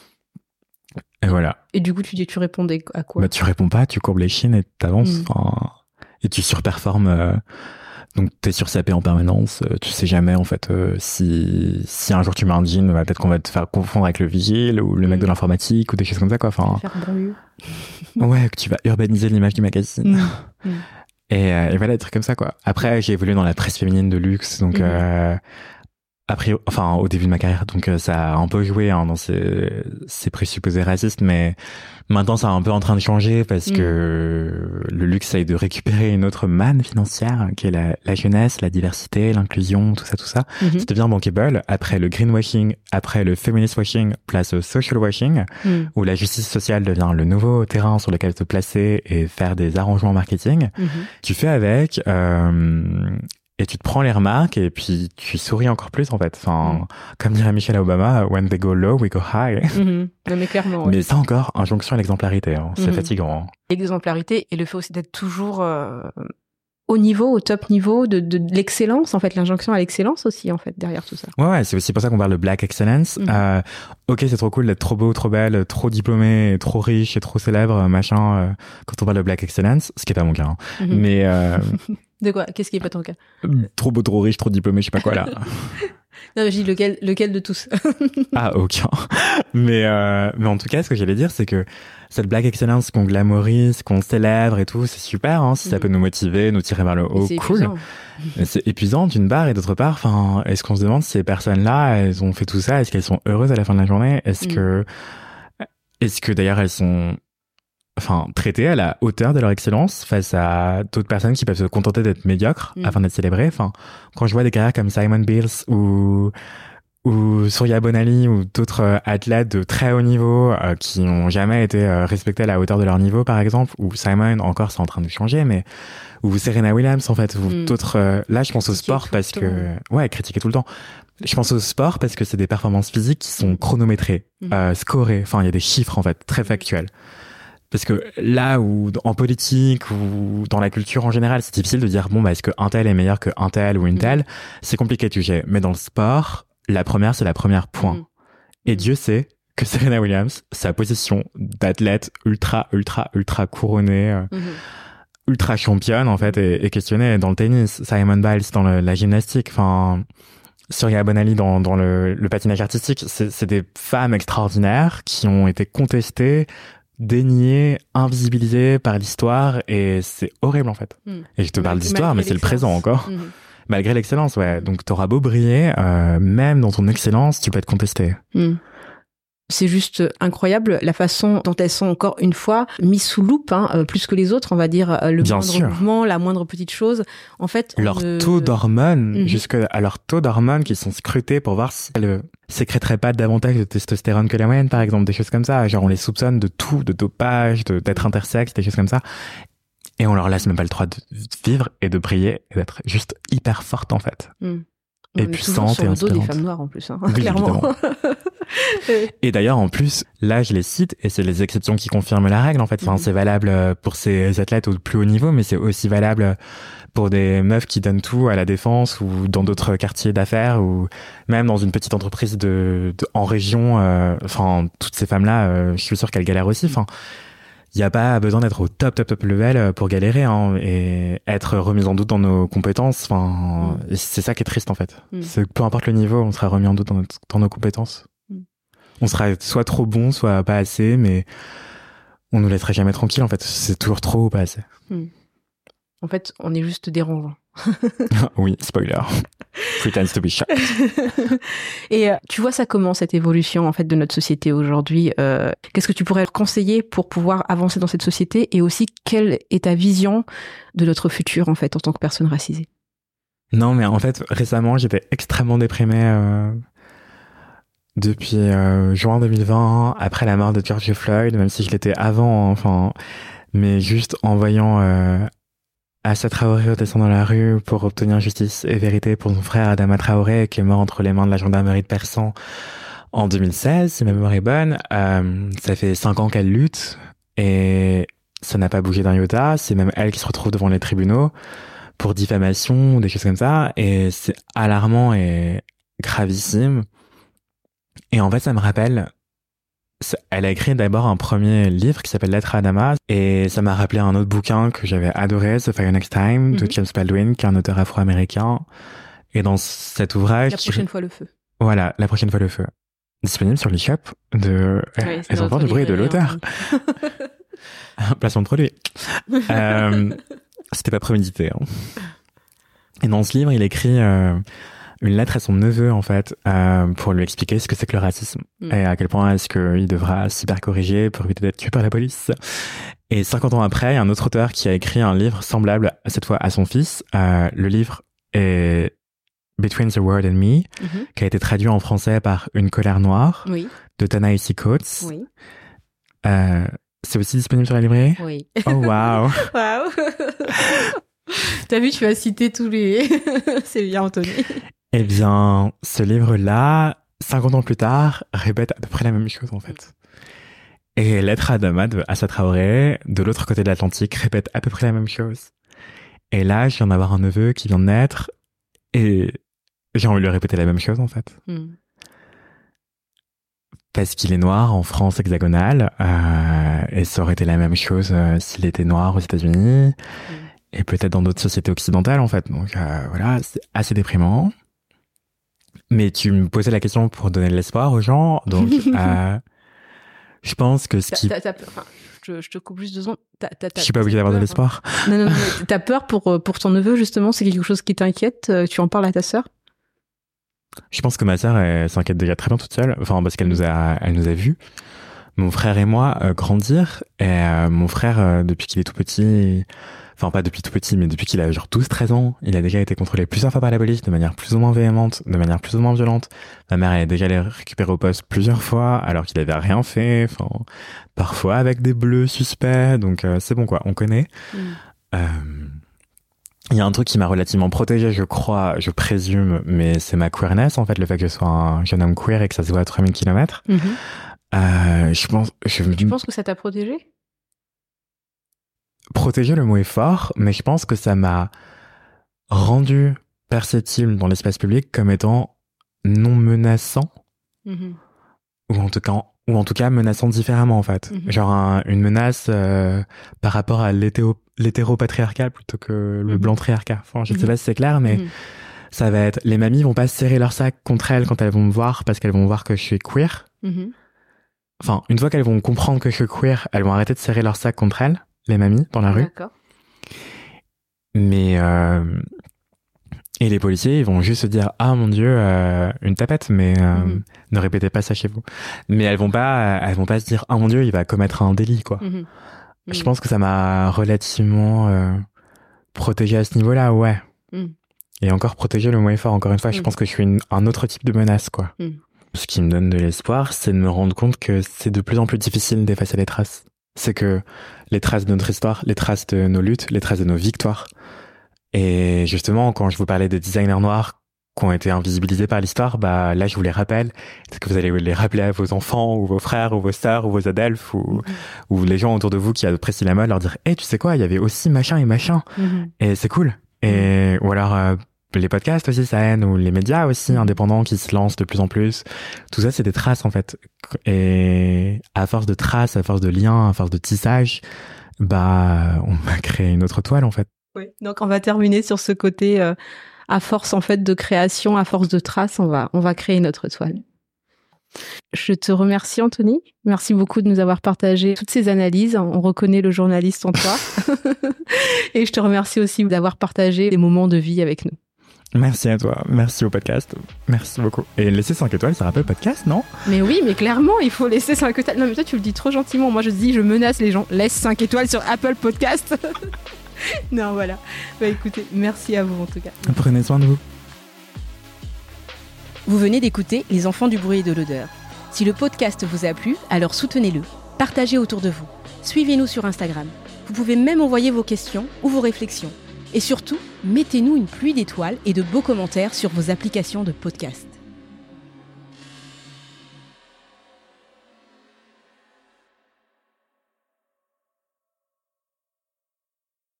Et voilà. Et du coup, tu dis, tu répondais à quoi ? Bah, tu réponds pas, tu courbes les chines et t'avances. Mmh. Et tu surperformes euh, Donc t'es sursapé en permanence, euh, tu sais jamais en fait euh, si si un jour tu mets un jean, bah, peut-être qu'on va te faire confondre avec le vigile ou le mec mmh. de l'informatique ou des choses comme ça quoi. Enfin, faire banlieue. Ouais, que tu vas urbaniser l'image du magazine. Mmh. Et, euh, et voilà, des trucs comme ça quoi. Après j'ai évolué dans la presse féminine de luxe, donc mmh. euh, après, enfin au début de ma carrière, donc euh, ça a un peu joué hein, dans ces, ces présupposés racistes, mais maintenant c'est un peu en train de changer parce mmh. que le luxe essaye de récupérer une autre manne financière qui est la, la jeunesse, la diversité, l'inclusion, tout ça, tout ça. Mmh. Ça devient bankable après le greenwashing, après le feminist washing, place au social washing, mmh. où la justice sociale devient le nouveau terrain sur lequel te placer et faire des arrangements marketing. Mmh. Tu fais avec. Euh, Et tu te prends les remarques et puis tu souris encore plus en fait. Enfin, mmh. comme dirait Michelle Obama, when they go low, we go high. Mmh. Non mais clairement. Ouais. Mais ça encore, injonction à l'exemplarité, hein. C'est mmh. fatigant. Hein. L'exemplarité et le fait aussi d'être toujours euh, au niveau, au top niveau de, de, de l'excellence en fait, l'injonction à l'excellence aussi en fait derrière tout ça. Ouais, ouais, c'est aussi pour ça qu'on parle de black excellence. Mmh. Euh, ok, c'est trop cool d'être trop beau, trop belle, trop diplômé, trop riche et trop célèbre, machin. Euh, quand on parle de black excellence, ce qui est pas mon cas. Hein. Mmh. Mais euh, de quoi? Qu'est-ce qui est pas ton cas? Trop beau, trop riche, trop diplômé, je sais pas quoi là. Non, mais je dis lequel, lequel de tous. Ah, aucun. Mais, euh, mais en tout cas, ce que j'allais dire, c'est que cette black excellence qu'on glamourise, qu'on célèbre et tout, c'est super, hein, si mmh. ça peut nous motiver, nous tirer vers le haut, c'est cool. Épuisant. Mais c'est épuisant d'une part, et d'autre part, enfin, est-ce qu'on se demande si ces personnes-là, elles ont fait tout ça, est-ce qu'elles sont heureuses à la fin de la journée? Est-ce mmh. que, est-ce que d'ailleurs elles sont, enfin, traitées à la hauteur de leur excellence face à d'autres personnes qui peuvent se contenter d'être médiocres mmh. afin d'être célébrées. Enfin, quand je vois des carrières comme Simon Biles ou ou Surya Bonali ou d'autres euh, athlètes de très haut niveau euh, qui n'ont jamais été euh, respectés à la hauteur de leur niveau, par exemple, ou Simon, encore, c'est en train de changer, mais ou Serena Williams, en fait, ou mmh. d'autres. Euh, là, je pense au sport parce que ouais, critiquer tout le temps. Je pense au sport parce que c'est des performances physiques qui sont chronométrées, mmh. euh, scorées. Enfin, il y a des chiffres en fait très factuels. Parce que là où en politique ou dans la culture en général, c'est difficile de dire bon bah est-ce que un tel est meilleur que un tel ou une telle. Mmh. C'est compliqué de juger. Mais dans le sport, la première c'est la première point. Mmh. Et mmh. Dieu sait que Serena Williams, sa position d'athlète ultra ultra ultra couronnée, euh, mmh. ultra championne en fait, est, est questionnée dans le tennis. Simone Biles dans le, la gymnastique. Enfin. Surya Bonali dans, dans le, le patinage artistique, c'est, c'est des femmes extraordinaires qui ont été contestées, déniées, invisibilisées par l'histoire, et c'est horrible en fait. Mmh. Et je te parle d'histoire, mais c'est le présent encore. Mmh. Malgré l'excellence, ouais. Donc t'auras beau briller, euh, même dans ton excellence, tu peux être contesté. Mmh. C'est juste incroyable la façon dont elles sont encore une fois mises sous loupe, hein, euh, plus que les autres, on va dire, euh, le Bien moindre sûr. mouvement, la moindre petite chose. En fait, leur ne... taux d'hormones, mmh. jusqu'à leur taux d'hormones qui sont scrutés pour voir si elles sécréteraient pas davantage de testostérone que la moyenne, par exemple, des choses comme ça. Genre on les soupçonne de tout, de dopage, de, d'être intersexe, des choses comme ça. Et on leur laisse même pas le droit de vivre et de briller et d'être juste hyper forte en fait. Mmh. On et puissante et inspirante. Sur le dos des femmes noires en plus, hein, oui, clairement. Et d'ailleurs, en plus, là, je les cite, et c'est les exceptions qui confirment la règle, en fait. Enfin, mmh. c'est valable pour ces athlètes au plus haut niveau, mais c'est aussi valable pour des meufs qui donnent tout à la défense ou dans d'autres quartiers d'affaires ou même dans une petite entreprise de, de en région. Euh, enfin, toutes ces femmes-là, euh, je suis sûr qu'elles galèrent aussi. Enfin, il n'y a pas besoin d'être au top, top, top level pour galérer, hein, et être remis en doute dans nos compétences. Enfin, mmh. c'est ça qui est triste, en fait. Mmh. C'est que peu importe le niveau, on sera remis en doute dans, notre, dans nos compétences. Mmh. On sera soit trop bon, soit pas assez, mais on nous laisserait jamais tranquille, en fait. C'est toujours trop ou pas assez. Mmh. En fait, on est juste dérangeant. Oui, spoiler. Pretends to be shocked. Et euh, tu vois ça comment, cette évolution en fait de notre société aujourd'hui? euh, Qu'est-ce que tu pourrais conseiller pour pouvoir avancer dans cette société? Et aussi, quelle est ta vision de notre futur en fait en tant que personne racisée? Non, mais en fait, récemment, j'étais extrêmement déprimé euh, depuis euh, juin deux mille vingt, après la mort de George Floyd, même si je l'étais avant, hein, enfin, mais juste en voyant euh, Assa Traoré redescend dans la rue pour obtenir justice et vérité pour son frère Adama Traoré, qui est mort entre les mains de la gendarmerie de Persan en deux mille seize, si ma mémoire est bonne. Euh, ça fait cinq ans qu'elle lutte et ça n'a pas bougé d'un iota. C'est même elle qui se retrouve devant les tribunaux pour diffamation ou des choses comme ça. Et c'est alarmant et gravissime. Et en fait, ça me rappelle Elle a écrit d'abord un premier livre qui s'appelle Lettres à Adama et ça m'a rappelé un autre bouquin que j'avais adoré, The Fire Next Time, mm-hmm. de James Baldwin, qui est un auteur afro-américain. Et dans cet ouvrage... La prochaine qui... fois le feu. Voilà, La prochaine fois le feu. Disponible sur l'e-shop de oui, Les enfants du bruit et de l'auteur. Placement de produit. euh, c'était pas prémédité. Hein. Et dans ce livre, il écrit... Euh, une lettre à son neveu, en fait, euh, pour lui expliquer ce que c'est que le racisme mmh. et à quel point est-ce qu'il devra cybercorriger pour éviter d'être tué par la police. Et cinquante ans après, il y a un autre auteur qui a écrit un livre semblable, cette fois à son fils. Euh, le livre est Between the World and Me, mmh. qui a été traduit en français par Une colère noire, oui. de Ta-Nehisi Coates. Oui. Euh, c'est aussi disponible sur la librairie? Oui. Oh, waouh! Waouh! T'as vu, tu as cité tous les... C'est bien, Anthony. Eh bien, ce livre-là, cinquante ans plus tard, répète à peu près la même chose, en fait. Et Lettres à Adama de Assa Traoré, de l'autre côté de l'Atlantique, répète à peu près la même chose. Et là, je viens d'avoir un neveu qui vient de naître, et j'ai envie de lui répéter la même chose, en fait. Mm. Parce qu'il est noir en France hexagonale, euh, et ça aurait été la même chose euh, s'il était noir aux États-Unis, mm. et peut-être dans d'autres sociétés occidentales, en fait. Donc euh, voilà, c'est assez déprimant. Mais tu me posais la question pour donner de l'espoir aux gens, donc euh, je pense que ce qui... T'as, t'as peur, enfin, je, je te coupe juste deux secondes. T'as, t'as, je suis pas obligée d'avoir de l'espoir. Non, non, non, t'as peur pour, pour ton neveu, justement, c'est quelque chose qui t'inquiète, tu en parles à ta sœur? Je pense que ma sœur, elle s'inquiète déjà très bien toute seule, enfin parce qu'elle nous a, elle nous a vus. Mon frère et moi euh, grandir, et euh, mon frère, euh, depuis qu'il est tout petit... Enfin, pas depuis tout petit, mais depuis qu'il a genre douze treize ans, il a déjà été contrôlé plusieurs fois par la police, de manière plus ou moins véhémente, de manière plus ou moins violente. Ma mère, elle est déjà allée récupérer au poste plusieurs fois, alors qu'il avait rien fait, enfin, parfois avec des bleus suspects, donc euh, c'est bon quoi, on connaît. Mm. Euh, il y a un truc qui m'a relativement protégé, je crois, je présume, mais c'est ma queerness, en fait, le fait que je sois un jeune homme queer et que ça se voit à trois mille kilomètres. Mm-hmm. Euh, je pense, je... Tu penses que ça t'a protégé? Protéger, le mot est fort, mais je pense que ça m'a rendu perceptible dans l'espace public comme étant non menaçant, mm-hmm. ou en tout cas, ou en tout cas menaçant différemment en fait. Mm-hmm. Genre un, une menace euh, par rapport à l'hétéro, l'hétéropatriarcat plutôt que le mm-hmm. blanc-triarcat. Enfin, je mm-hmm. sais pas si c'est clair, mais mm-hmm. ça va être les mamies vont pas serrer leur sac contre elles quand elles vont me voir parce qu'elles vont voir que je suis queer. Mm-hmm. Enfin, une fois qu'elles vont comprendre que je suis queer, elles vont arrêter de serrer leur sac contre elles. Les mamies dans la rue. D'accord. Mais euh, et les policiers, ils vont juste se dire ah mon Dieu, euh, une tapette, mais euh, mm-hmm. ne répétez pas ça chez vous. Mais elles vont pas, elles vont pas se dire ah mon Dieu, il va commettre un délit quoi. Mm-hmm. Mm-hmm. Je pense que ça m'a relativement euh, protégée à ce niveau-là, ouais. Mm. Et encore protéger le mot est fort. Encore une fois, mm. je pense que je suis une, un autre type de menace quoi. Mm. Ce qui me donne de l'espoir, c'est de me rendre compte que c'est de plus en plus difficile d'effacer les traces. C'est que les traces de notre histoire, les traces de nos luttes, les traces de nos victoires. Et justement, quand je vous parlais des designers noirs qui ont été invisibilisés par l'histoire, bah là, je vous les rappelle. Est-ce que vous allez les rappeler à vos enfants, ou vos frères, ou vos sœurs, ou vos adelphes, ou, mm-hmm. ou les gens autour de vous qui apprécient la mode, leur dire, hé, hey, tu sais quoi, il y avait aussi machin et machin. Mm-hmm. Et c'est cool. Et, mm-hmm. ou alors, euh, les podcasts aussi, ça aide, ou les médias aussi mmh. indépendants qui se lancent de plus en plus. Tout ça, c'est des traces, en fait. Et à force de traces, à force de liens, à force de tissage, bah, on va créer une autre toile, en fait. Oui. Donc, on va terminer sur ce côté, euh, à force, en fait, de création, à force de traces, on va, on va créer une autre toile. Je te remercie, Anthony. Merci beaucoup de nous avoir partagé toutes ces analyses. On reconnaît le journaliste en toi. Et je te remercie aussi d'avoir partagé des moments de vie avec nous. Merci à toi, merci au podcast, merci beaucoup. Et laisser cinq étoiles, ça rappelle podcast, non? Mais oui, mais clairement, il faut laisser cinq étoiles. Non, mais toi, tu le dis trop gentiment. Moi, je dis, je menace les gens. Laisse cinq étoiles sur Apple Podcast. Non, voilà. Bah écoutez, merci à vous en tout cas. Prenez soin de vous. Vous venez d'écouter Les Enfants du bruit et de l'odeur. Si le podcast vous a plu, alors soutenez-le. Partagez autour de vous. Suivez-nous sur Instagram. Vous pouvez même envoyer vos questions ou vos réflexions. Et surtout, mettez-nous une pluie d'étoiles et de beaux commentaires sur vos applications de podcast.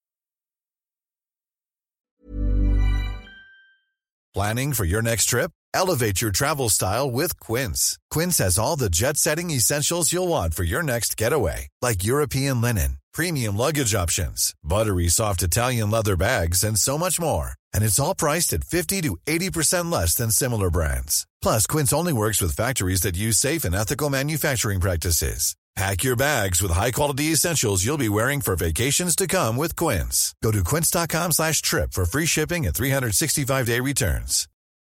Planning for your next trip? Elevate your travel style with Quince. Quince has all the jet-setting essentials you'll want for your next getaway, like European linen, premium luggage options, buttery soft Italian leather bags, and so much more. And it's all priced at fifty to eighty percent less than similar brands. Plus, Quince only works with factories that use safe and ethical manufacturing practices. Pack your bags with high-quality essentials you'll be wearing for vacations to come with Quince. Go to quince.com slash trip for free shipping and three sixty-five day returns.